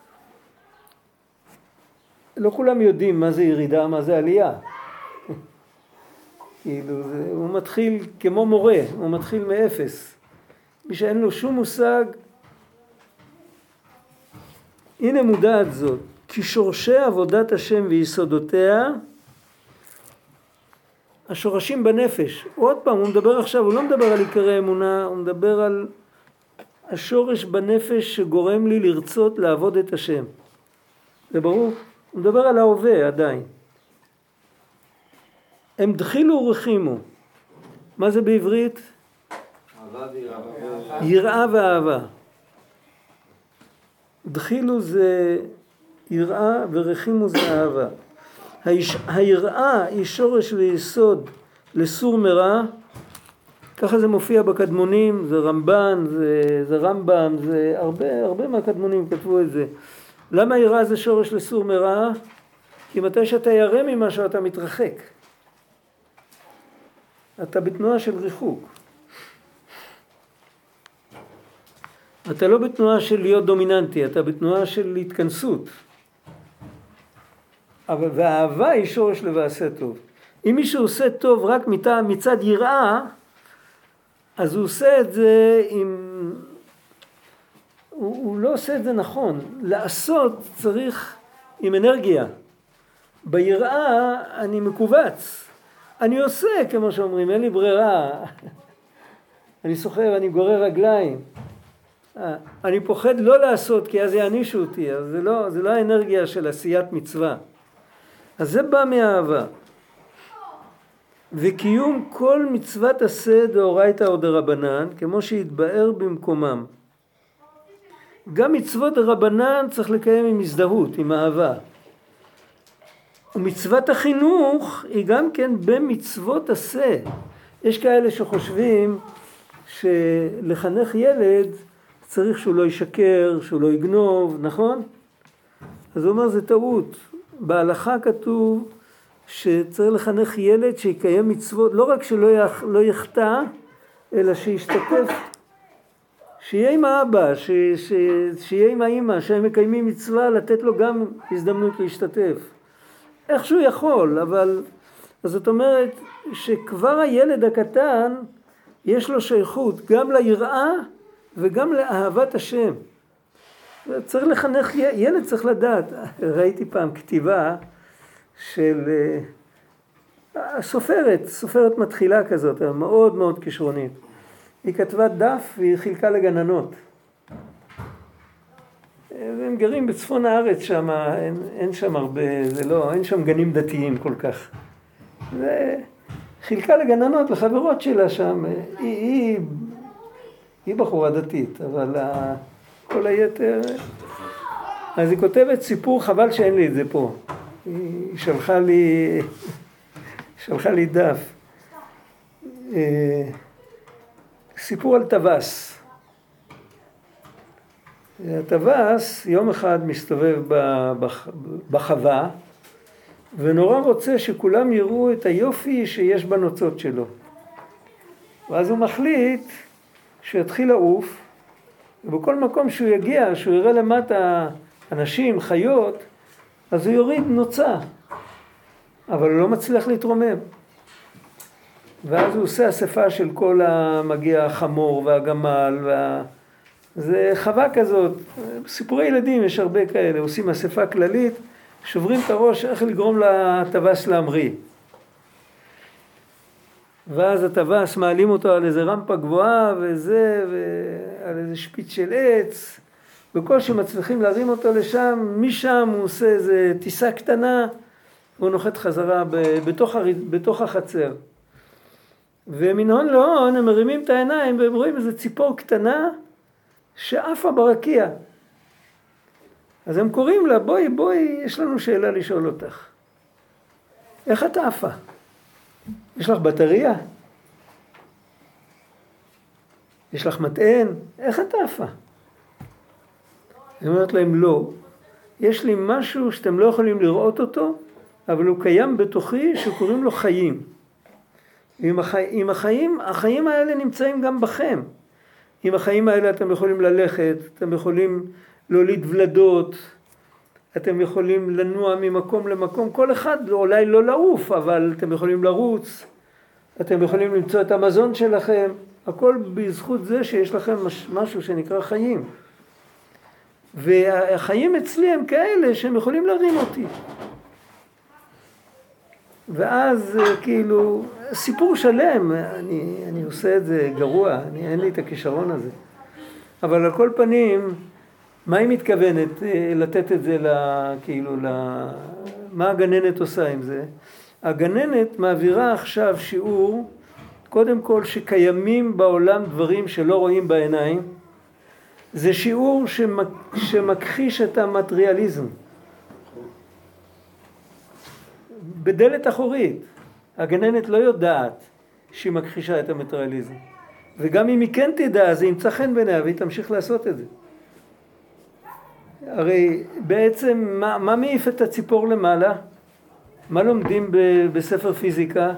לא כולם יודעים מה זה ירידה, מה זה עלייה. כאילו, זה, הוא מתחיל כמו מורה, הוא מתחיל מאפס. מי שאין לו שום מושג, הנה מודעת זאת, כי שורשי עבודת השם ויסודותיה, השורשים בנפש. עוד פעם, הוא מדבר עכשיו, הוא לא מדבר על עיקרי אמונה, הוא מדבר על השורש בנפש שגורם לי לרצות לעבוד את השם. זה ברור? הוא מדבר על ההווה עדיין. הם דחילו ורחימו. מה זה בעברית? יראה ואהבה. דחילו זה יראה ורחימו זה אהבה. היראה היא שורש ויסוד לסור מרע, ככה זה מופיע בקדמונים, זה רמב"ן, זה, זה רמב"ם, זה הרבה, הרבה מהקדמונים כתבו את זה. למה יראה זה שורש לסור מרע? כי מתי שאתה ירא ממשהו אתה מתרחק. אתה בתנועה של ריחוק. אתה לא בתנועה של להיות דומיננטי, אתה בתנועה של התכנסות. אבל והאהבה היא שורש לבעשה טוב. אם מישהו עושה טוב רק מצד יראה, אז הוא עושה את זה עם... הוא, הוא לא עושה את זה נכון. לעשות צריך עם אנרגיה. ביראה אני מקובץ. אני עושה, כמו שאומרים, אין לי ברירה. אני סוחר, אני גורר רגליים. אני פוחד לא לעשות, כי אז יענישו אותי. אז זה לא, זה לא האנרגיה של עשיית מצווה. אז זה בא מאהבה. וקיום כל מצוות עשה דאורייתא או דרבנן, כמו שהתבאר במקומם. גם מצוות דרבנן צריך לקיים עם הזדהות, עם אהבה. ומצוות החינוך היא גם כן במצוות עשה. יש כאלה שחושבים שלחנך ילד צריך שהוא לא ישקר, שהוא לא יגנוב, נכון? אז הוא אומר זה טעות. בהלכה כתוב שצריך לחנך ילד שיקיים מצוות, לא רק שלא יח, לא יחטא, אלא שישתתף, שיהיה עם האבא, ש, ש, שיהיה עם האמא, שהם מקיימים מצווה, לתת לו גם הזדמנות להשתתף. איך שהוא יכול, אבל, אז זאת אומרת שכבר הילד הקטן יש לו שייכות גם ליראה וגם לאהבת השם. צריך לחנך, ילד צריך לדעת. ראיתי פעם כתיבה של סופרת, סופרת מתחילה כזאת, מאוד מאוד כישרונית. היא כתבה דף והיא חילקה לגננות. והם גרים בצפון הארץ שם, אין, אין שם הרבה, זה לא, אין שם גנים דתיים כל כך. וחילקה לגננות, לחברות שלה שם, היא, היא, היא בחורה דתית, אבל כל היתר... אז היא כותבת סיפור, חבל שאין לי את זה פה. היא שלחה לי, שלחה לי דף. סיפור על טווס. הטווס יום אחד מסתובב בחווה, ונורא רוצה שכולם יראו את היופי שיש בנוצות שלו. ואז הוא מחליט שיתחיל לעוף, ובכל מקום שהוא יגיע, שהוא יראה למטה אנשים, חיות, אז הוא יוריד נוצה, אבל הוא לא מצליח להתרומם. ואז הוא עושה אספה של כל המגיע החמור והגמל, וה... זה חווה כזאת, סיפורי ילדים יש הרבה כאלה, עושים אספה כללית, שוברים את הראש איך לגרום לטווס להמריא. ואז הטווס מעלים אותו על איזה רמפה גבוהה וזה, ועל איזה שפיץ של עץ, בכל שמצליחים להרים אותו לשם, משם הוא עושה איזה טיסה קטנה, והוא נוחת חזרה בתוך, בתוך החצר. ומן הון להון הם מרימים את העיניים והם רואים איזה ציפור קטנה שעפה ברקיע. אז הם קוראים לה, בואי, בואי, יש לנו שאלה לשאול אותך. איך את עפה? יש לך בטריה? יש לך מטען? איך את עפה? היא אומרת להם, לא. יש לי משהו שאתם לא יכולים לראות אותו, אבל הוא קיים בתוכי שקוראים לו חיים. עם, החי... עם החיים, החיים האלה נמצאים גם בכם. עם החיים האלה אתם יכולים ללכת, אתם יכולים להוליד ולדות, אתם יכולים לנוע ממקום למקום, כל אחד אולי לא לעוף, אבל אתם יכולים לרוץ, אתם יכולים למצוא את המזון שלכם, הכל בזכות זה שיש לכם משהו שנקרא חיים. והחיים אצלי הם כאלה שהם יכולים להרים אותי. ואז כאילו, סיפור שלם, אני, אני עושה את זה גרוע, אני, אין לי את הכישרון הזה. אבל על כל פנים, מה היא מתכוונת לתת את זה, לה, כאילו, לה, מה הגננת עושה עם זה? הגננת מעבירה עכשיו שיעור, קודם כל שקיימים בעולם דברים שלא רואים בעיניים, זה שיעור שמק, שמכחיש את המטריאליזם. בדלת אחורית, הגננת לא יודעת שהיא מכחישה את המטריאליזם. וגם אם היא כן תדע, זה ימצא חן בעיניה והיא תמשיך לעשות את זה. הרי בעצם, מה, מה מעיף את הציפור למעלה? מה לומדים ב, בספר פיזיקה?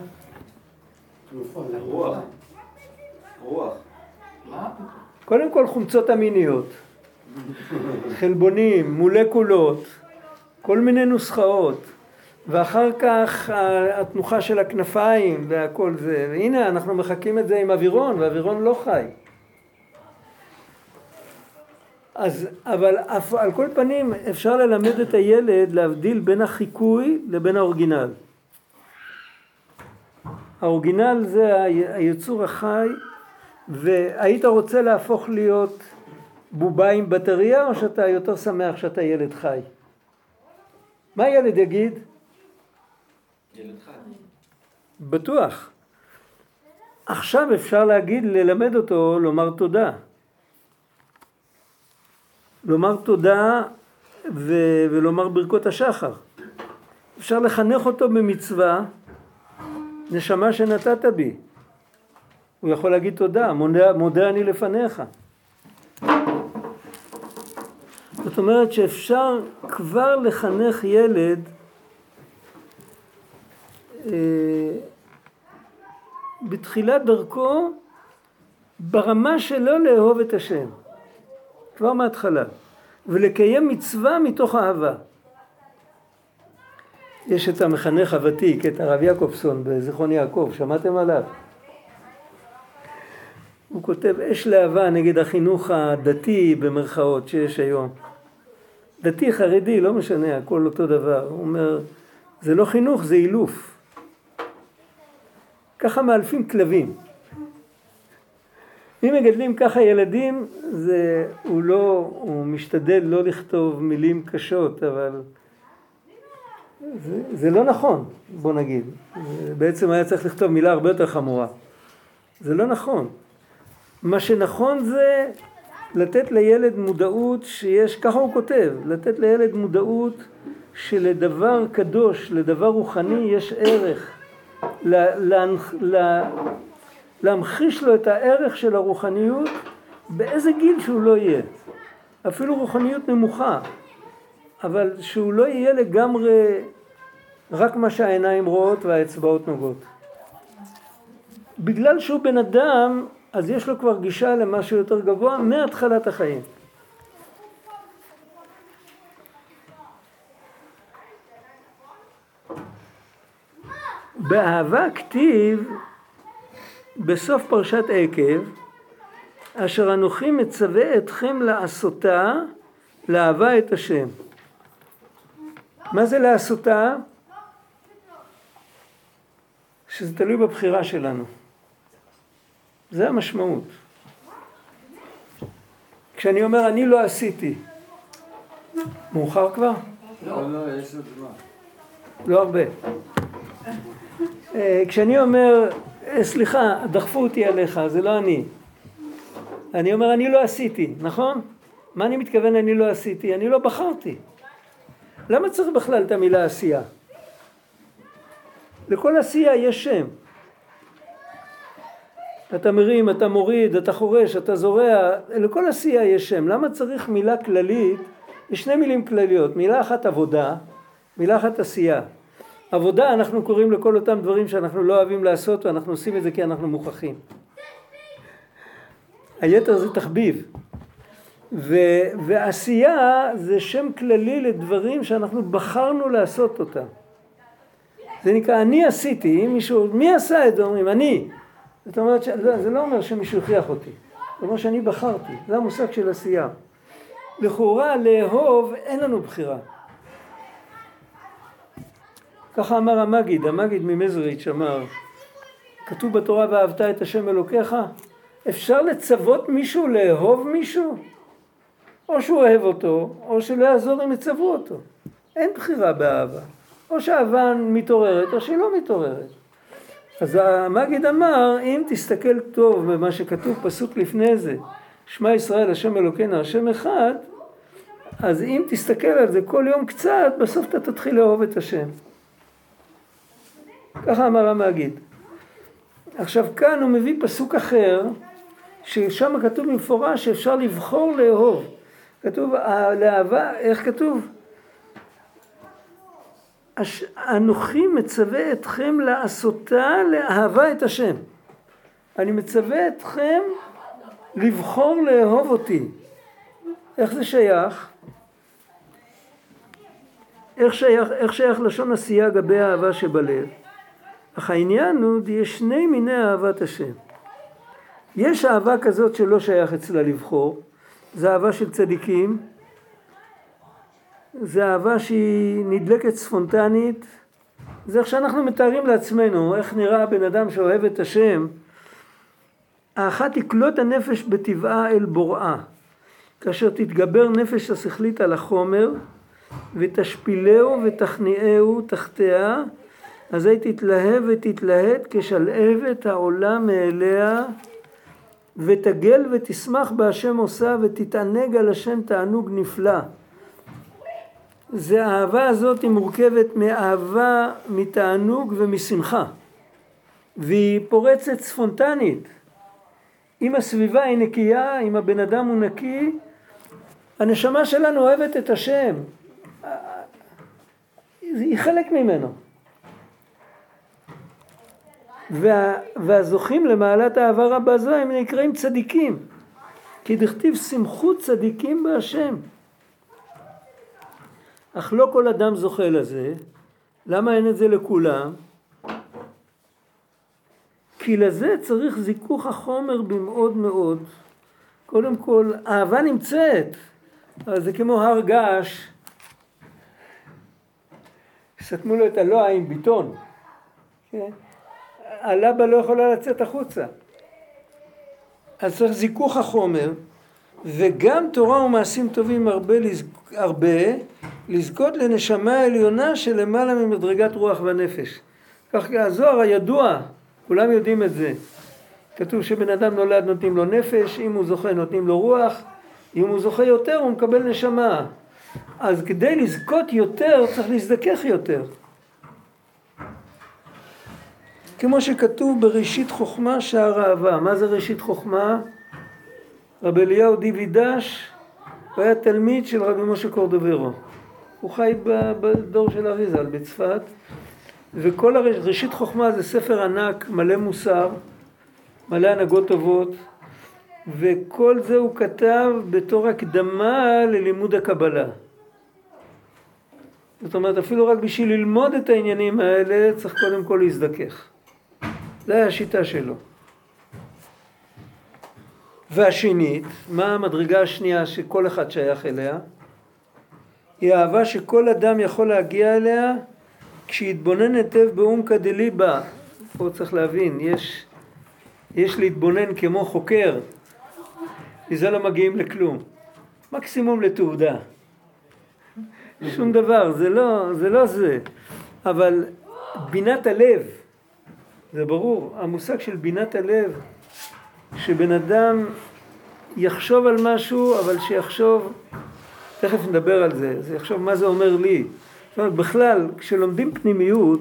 רוח. רוח. קודם כל חומצות אמיניות, חלבונים, מולקולות, כל מיני נוסחאות. ואחר כך התנוחה של הכנפיים והכל זה, והנה אנחנו מחכים את זה עם אווירון, והאווירון לא חי. אז, אבל על כל פנים אפשר ללמד את הילד להבדיל בין החיקוי לבין האורגינל. האורגינל זה היצור החי, והיית רוצה להפוך להיות בובה עם בטריה, או שאתה יותר שמח שאתה ילד חי? מה ילד יגיד? ילד חי. בטוח. עכשיו אפשר להגיד, ללמד אותו לומר תודה. לומר תודה ו- ולומר ברכות השחר. אפשר לחנך אותו במצווה, נשמה שנתת בי. הוא יכול להגיד תודה, מודה, מודה אני לפניך. זאת אומרת שאפשר כבר לחנך ילד אה, בתחילת דרכו ברמה שלו לאהוב את השם. כבר מההתחלה. ולקיים מצווה מתוך אהבה. יש את המחנך הוותיק, את הרב יעקובסון בזיכרון יעקב, שמעתם עליו? הוא כותב אש להבה נגד החינוך הדתי במרכאות שיש היום. דתי, חרדי, לא משנה, הכל אותו דבר. הוא אומר, זה לא חינוך, זה אילוף. ככה מאלפים כלבים. אם מגדלים ככה ילדים, זה, הוא לא, הוא משתדל לא לכתוב מילים קשות, אבל זה, זה לא נכון, בוא נגיד. בעצם היה צריך לכתוב מילה הרבה יותר חמורה. זה לא נכון. מה שנכון זה לתת לילד מודעות שיש, ככה הוא כותב, לתת לילד מודעות שלדבר קדוש, לדבר רוחני יש ערך. להנח, לה, להמחיש לו את הערך של הרוחניות באיזה גיל שהוא לא יהיה. אפילו רוחניות נמוכה, אבל שהוא לא יהיה לגמרי רק מה שהעיניים רואות והאצבעות נוגעות. בגלל שהוא בן אדם, אז יש לו כבר גישה למשהו יותר גבוה מהתחלת החיים. באהבה כתיב בסוף פרשת עקב, אשר אנוכי מצווה אתכם לעשותה, לאהבה את השם. מה זה לעשותה? שזה תלוי בבחירה שלנו. זה המשמעות. כשאני אומר אני לא עשיתי, מאוחר כבר? לא, לא, יש עוד זמן. לא הרבה. כשאני אומר, סליחה, דחפו אותי עליך, זה לא אני. אני אומר, אני לא עשיתי, נכון? מה אני מתכוון אני לא עשיתי? אני לא בחרתי. למה צריך בכלל את המילה עשייה? לכל עשייה יש שם. אתה מרים, אתה מוריד, אתה חורש, אתה זורע, לכל עשייה יש שם. למה צריך מילה כללית? יש שני מילים כלליות, מילה אחת עבודה, מילה אחת עשייה. עבודה אנחנו קוראים לכל אותם דברים שאנחנו לא אוהבים לעשות, ואנחנו עושים את זה כי אנחנו מוכרחים. היתר זה תחביב. ו- ועשייה זה שם כללי לדברים שאנחנו בחרנו לעשות אותם. זה נקרא אני עשיתי, מישהו, מי עשה את זה? אומרים אני. זאת אומרת, זה לא אומר שמישהו הכריח אותי. זה אומר שאני בחרתי. זה המושג של עשייה. לכאורה לאהוב אין לנו בחירה. ככה אמר המגיד, המגיד ממזריץ' אמר, כתוב בתורה ואהבת את השם אלוקיך, אפשר לצוות מישהו לאהוב מישהו? או שהוא אוהב אותו, או שלא יעזור אם יצוו אותו. אין בחירה באהבה. או שהאהבה מתעוררת, או שהיא לא מתעוררת. אז המגיד אמר, אם תסתכל טוב במה שכתוב פסוק לפני זה, שמע ישראל השם אלוקינו השם אחד, אז אם תסתכל על זה כל יום קצת, בסוף אתה תתחיל לאהוב את השם. ככה אמר המגיד. עכשיו כאן הוא מביא פסוק אחר, ששם כתוב במפורש שאפשר לבחור לאהוב. כתוב, לאהבה, איך כתוב? אנוכי מצווה אתכם לעשותה לאהבה את השם. אני מצווה אתכם לבחור לאהוב אותי. איך זה שייך? איך שייך, איך שייך לשון עשייה גבי האהבה שבלב? אך העניין הוא, יש שני מיני אהבת השם. יש אהבה כזאת שלא שייך אצלה לבחור, זה אהבה של צדיקים, זה אהבה שהיא נדלקת ספונטנית, זה איך שאנחנו מתארים לעצמנו, איך נראה בן אדם שאוהב את השם. האחת תקלוט הנפש בטבעה אל בוראה, כאשר תתגבר נפש השכלית על החומר, ותשפילהו ותכניעהו תחתיה, אז היא תתלהב ותתלהט כשלהבת העולם מאליה, ותגל ותשמח בהשם עושה, ותתענג על השם תענוג נפלא. זה האהבה הזאת היא מורכבת מאהבה, מתענוג ומשמחה, והיא פורצת ספונטנית. אם הסביבה היא נקייה, אם הבן אדם הוא נקי, הנשמה שלנו אוהבת את השם, היא חלק ממנו. וה, והזוכים למעלת האהבה רבה זו הם נקראים צדיקים, כי דכתיב שמחו צדיקים בהשם. אך לא כל אדם זוכה לזה. למה אין את זה לכולם? כי לזה צריך זיכוך החומר במאוד מאוד. קודם כל, אהבה נמצאת, אבל זה כמו הר געש, סתמו לו את הלוע עם ביטון. כן? הלבה לא יכולה לצאת החוצה. אז צריך זיכוך החומר, וגם תורה ומעשים טובים הרבה, הרבה לזכות לנשמה העליונה שלמעלה ממדרגת רוח ונפש. כך הזוהר הידוע, כולם יודעים את זה. כתוב שבן אדם נולד נותנים לו נפש, אם הוא זוכה נותנים לו רוח, אם הוא זוכה יותר הוא מקבל נשמה. אז כדי לזכות יותר צריך להזדכך יותר. כמו שכתוב בראשית חוכמה שער אהבה. מה זה ראשית חוכמה? רבי אליהו דיווידש, הוא היה תלמיד של רבי משה קורדוברו. הוא חי בדור של אריזל בצפת, וכל ראשית חוכמה זה ספר ענק, מלא מוסר, מלא הנהגות טובות, וכל זה הוא כתב בתור הקדמה ללימוד הקבלה. זאת אומרת, אפילו רק בשביל ללמוד את העניינים האלה, צריך קודם כל להזדכך. זה היה השיטה שלו. והשנית, מה המדרגה השנייה שכל אחד שייך אליה? היא אהבה שכל אדם יכול להגיע אליה, כשיתבונן היטב בעומקא דליבא. פה צריך להבין, יש, יש להתבונן כמו חוקר, מזה לא מגיעים לכלום. מקסימום לתעודה. שום דבר, זה לא זה. לא זה. אבל בינת הלב, זה ברור, המושג של בינת הלב, שבן אדם יחשוב על משהו, אבל שיחשוב, תכף נדבר על זה, זה יחשוב מה זה אומר לי. זאת אומרת, בכלל, כשלומדים פנימיות,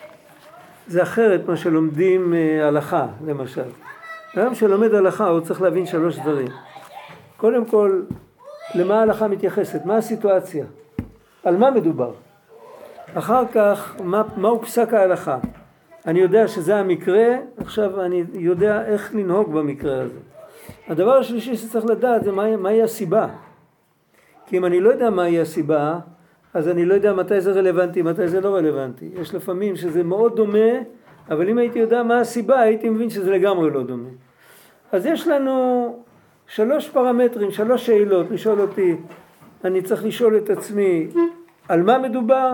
זה אחרת מה שלומדים הלכה, למשל. אדם שלומד הלכה, הוא צריך להבין שלוש דברים. קודם כל, למה ההלכה מתייחסת? מה הסיטואציה? על מה מדובר? אחר כך, מה, מהו פסק ההלכה? אני יודע שזה המקרה, עכשיו אני יודע איך לנהוג במקרה הזה. הדבר השלישי שצריך לדעת זה מה, מהי הסיבה. כי אם אני לא יודע מהי הסיבה, אז אני לא יודע מתי זה רלוונטי, מתי זה לא רלוונטי. יש לפעמים שזה מאוד דומה, אבל אם הייתי יודע מה הסיבה, הייתי מבין שזה לגמרי לא דומה. אז יש לנו שלוש פרמטרים, שלוש שאלות, לשאול אותי, אני צריך לשאול את עצמי, על מה מדובר?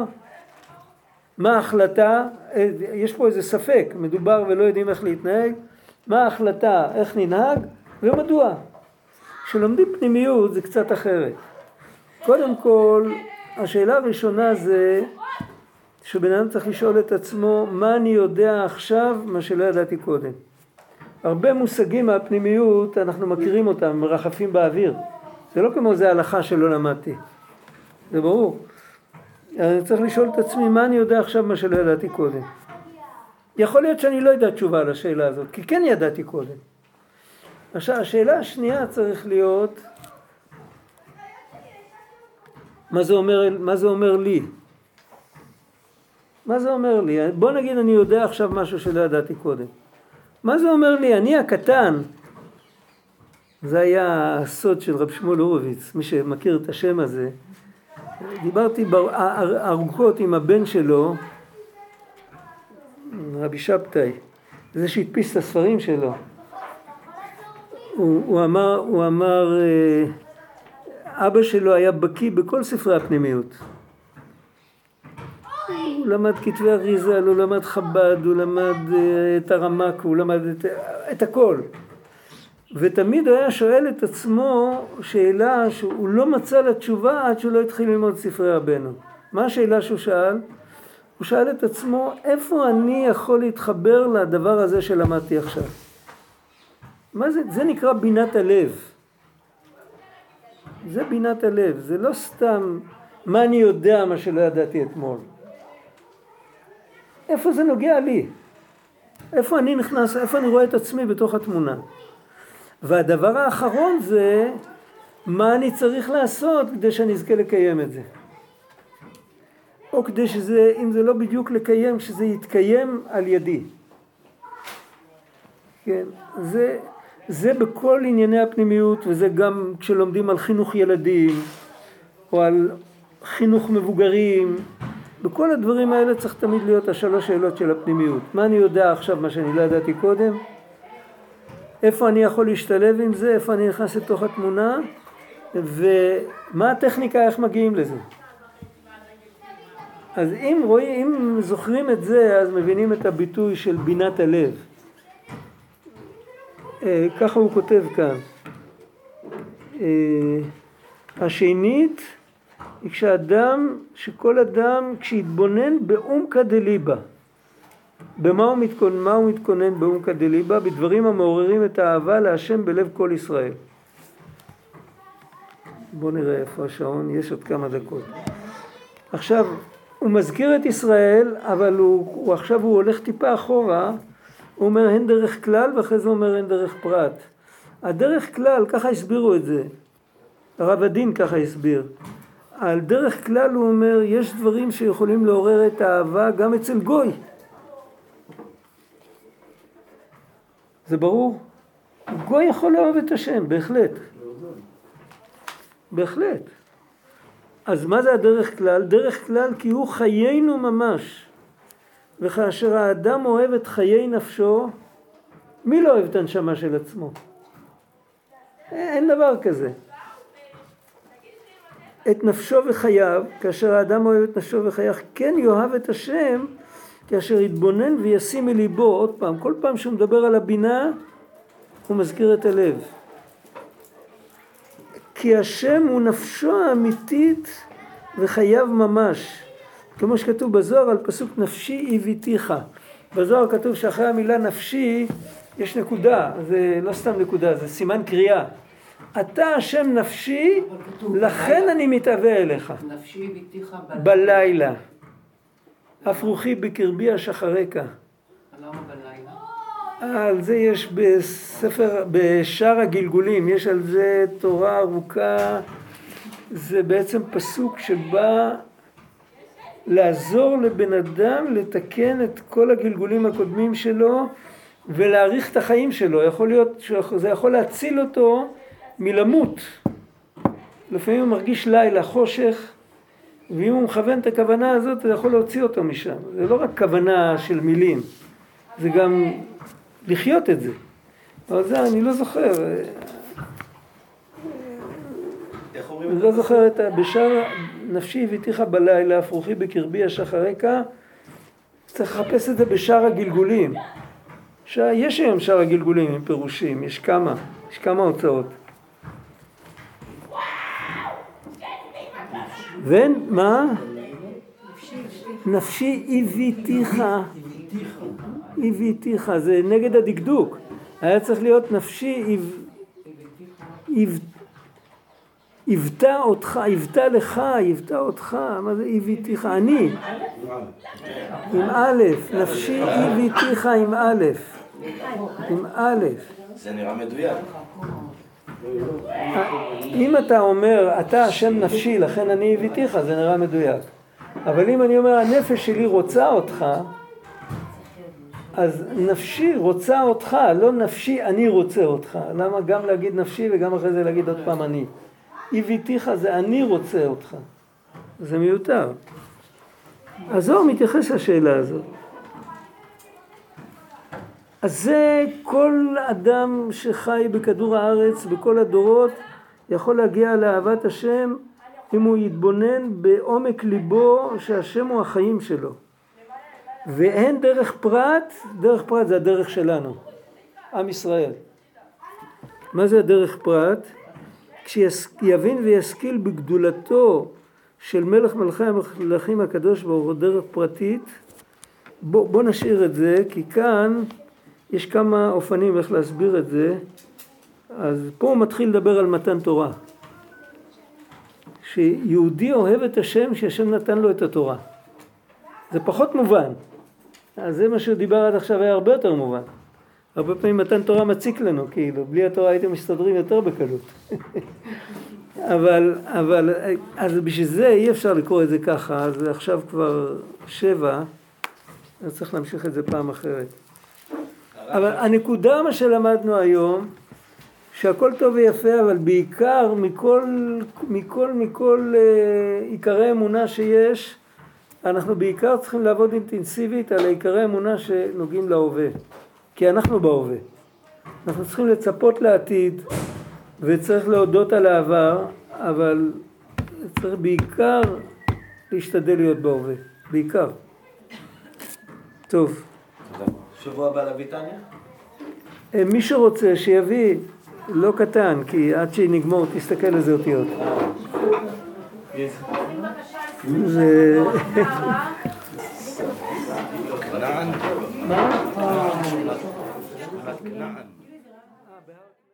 מה ההחלטה? יש פה איזה ספק, מדובר ולא יודעים איך להתנהג. מה ההחלטה? איך ננהג? ומדוע? כשלומדים פנימיות זה קצת אחרת. קודם כל, השאלה הראשונה זה שבן אדם צריך לשאול את עצמו, מה אני יודע עכשיו, מה שלא ידעתי קודם. הרבה מושגים מהפנימיות, אנחנו מכירים אותם, מרחפים באוויר. זה לא כמו זה הלכה שלא למדתי. זה ברור. אני צריך לשאול את עצמי, מה אני יודע עכשיו, מה שלא ידעתי קודם. יכול להיות שאני לא יודע תשובה על השאלה הזאת, כי כן ידעתי קודם. עכשיו, השאלה השנייה צריך להיות, מה זה אומר, מה זה אומר לי? מה זה אומר לי? בוא נגיד אני יודע עכשיו משהו שלא ידעתי קודם. מה זה אומר לי? אני הקטן, זה היה הסוד של רב שמואל הורוביץ, מי שמכיר את השם הזה, דיברתי ארוכות עם הבן שלו, רבי שבתאי, זה שהדפיס את הספרים שלו. הוא, הוא אמר, הוא אמר, אבא שלו היה בקיא בכל ספרי הפנימיות. הוא למד כתבי אריז"ל, הוא למד חב"ד, הוא למד את הרמ"ק, הוא למד את, את הכל. ותמיד היה שואל את עצמו שאלה שהוא לא מצא לה תשובה עד שהוא לא התחיל ללמוד ספרי רבנו. מה השאלה שהוא שאל? הוא שאל את עצמו, איפה אני יכול להתחבר לדבר הזה שלמדתי עכשיו? מה זה? זה נקרא בינת הלב. זה בינת הלב, זה לא סתם מה אני יודע מה שלא ידעתי אתמול. איפה זה נוגע לי? איפה אני נכנס, איפה אני רואה את עצמי בתוך התמונה? והדבר האחרון זה מה אני צריך לעשות כדי שאני אזכה לקיים את זה. או כדי שזה, אם זה לא בדיוק לקיים, שזה יתקיים על ידי. כן, זה, זה בכל ענייני הפנימיות, וזה גם כשלומדים על חינוך ילדים, או על חינוך מבוגרים. בכל הדברים האלה צריך תמיד להיות השלוש שאלות של הפנימיות. מה אני יודע עכשיו, מה שאני לא ידעתי קודם? איפה אני יכול להשתלב עם זה? איפה אני נכנס לתוך התמונה? ומה הטכניקה, איך מגיעים לזה? אז אם רואים, אם זוכרים את זה, אז מבינים את הביטוי של בינת הלב. אה, ככה הוא כותב כאן. אה, השנית, כשאדם, שכל אדם, כשהתבונן באומקא דליבה, במה הוא מתכונן, מה הוא מתכונן באומקא דליבה? בדברים המעוררים את האהבה להשם בלב כל ישראל. בואו נראה איפה השעון, יש עוד כמה דקות. עכשיו, הוא מזכיר את ישראל, אבל הוא, הוא עכשיו הוא הולך טיפה אחורה, הוא אומר הן דרך כלל, ואחרי זה הוא אומר הן דרך פרט. הדרך כלל, ככה הסבירו את זה, הרב הדין ככה הסביר. על דרך כלל הוא אומר, יש דברים שיכולים לעורר את האהבה גם אצל גוי. זה ברור? גוי יכול לאהוב את השם, בהחלט. בהחלט. אז מה זה הדרך כלל? דרך כלל כי הוא חיינו ממש. וכאשר האדם אוהב את חיי נפשו, מי לא אוהב את הנשמה של עצמו? אין דבר כזה. את נפשו וחייו, כאשר האדם אוהב את נפשו וחייו, כן יאהב את השם, כאשר יתבונן וישים מליבו, עוד פעם, כל פעם שהוא מדבר על הבינה, הוא מזכיר את הלב. כי השם הוא נפשו האמיתית וחייו ממש. כמו שכתוב בזוהר על פסוק נפשי הביתיך. בזוהר כתוב שאחרי המילה נפשי יש נקודה, זה לא סתם נקודה, זה סימן קריאה. אתה השם נפשי, לכן אני מתאווה אליך. נפשי הביתיך בלילה. אפרוחי בקרבי השחרקה. למה בלילה? על זה יש בספר, בשאר הגלגולים, יש על זה תורה ארוכה. זה בעצם פסוק שבא לעזור לבן אדם לתקן את כל הגלגולים הקודמים שלו ולהאריך את החיים שלו. יכול להיות, זה יכול להציל אותו מלמות. לפעמים הוא מרגיש לילה, חושך, ואם הוא מכוון את הכוונה הזאת, זה יכול להוציא אותו משם. זה לא רק כוונה של מילים, זה גם לחיות את זה. אבל זה אני לא זוכר. אני לא זוכר את בשאר נפשי הביתיך בלילה, אפרוחי בקרבי השחרקה. צריך לחפש את זה בשאר הגלגולים. יש היום שאר הגלגולים עם פירושים, יש כמה, יש כמה הוצאות. ואין, מה? נפשי הביתיך. הביתיך, זה נגד הדקדוק. היה צריך להיות נפשי הבטא אותך, הבטא לך, הבטא אותך. מה זה הביתיך? אני. עם א', נפשי הביתיך עם א'. עם א'. זה נראה מדויק. אם אתה אומר, אתה השם נפשי, לכן אני הביתיך, זה נראה מדויק. אבל אם אני אומר, הנפש שלי רוצה אותך, אז נפשי רוצה אותך, לא נפשי אני רוצה אותך. למה גם להגיד נפשי וגם אחרי זה להגיד עוד פעם אני? הביתיך זה אני רוצה אותך. זה מיותר. הזוהר מתייחס לשאלה הזאת. אז זה כל אדם שחי בכדור הארץ, בכל הדורות, יכול להגיע לאהבת השם אם הוא יתבונן בעומק ליבו שהשם הוא החיים שלו. ואין דרך פרט, דרך פרט זה הדרך שלנו, עם ישראל. מה זה הדרך פרט? כשיבין וישכיל בגדולתו של מלך מלכי המלכים הקדוש ברוך הוא דרך פרטית, בוא, בוא נשאיר את זה, כי כאן יש כמה אופנים איך להסביר את זה. אז פה הוא מתחיל לדבר על מתן תורה. שיהודי אוהב את השם שהשם נתן לו את התורה. זה פחות מובן. אז זה מה שהוא דיבר עד עכשיו היה הרבה יותר מובן. הרבה פעמים מתן תורה מציק לנו, כאילו, בלי התורה הייתם מסתדרים יותר בקלות. אבל, אבל, אז בשביל זה אי אפשר לקרוא את זה ככה, אז עכשיו כבר שבע, אז צריך להמשיך את זה פעם אחרת. אבל הנקודה מה שלמדנו היום, שהכל טוב ויפה, אבל בעיקר מכל, מכל, מכל אה, עיקרי אמונה שיש, אנחנו בעיקר צריכים לעבוד אינטנסיבית על עיקרי אמונה שנוגעים להווה. כי אנחנו בהווה. אנחנו צריכים לצפות לעתיד, וצריך להודות על העבר, אבל צריך בעיקר להשתדל להיות בהווה. בעיקר. טוב. שבוע הבא להביא תניא? מי שרוצה שיביא, לא קטן, כי עד שנגמור תסתכל איזה אותיות. זה... כנען. מה? כנען.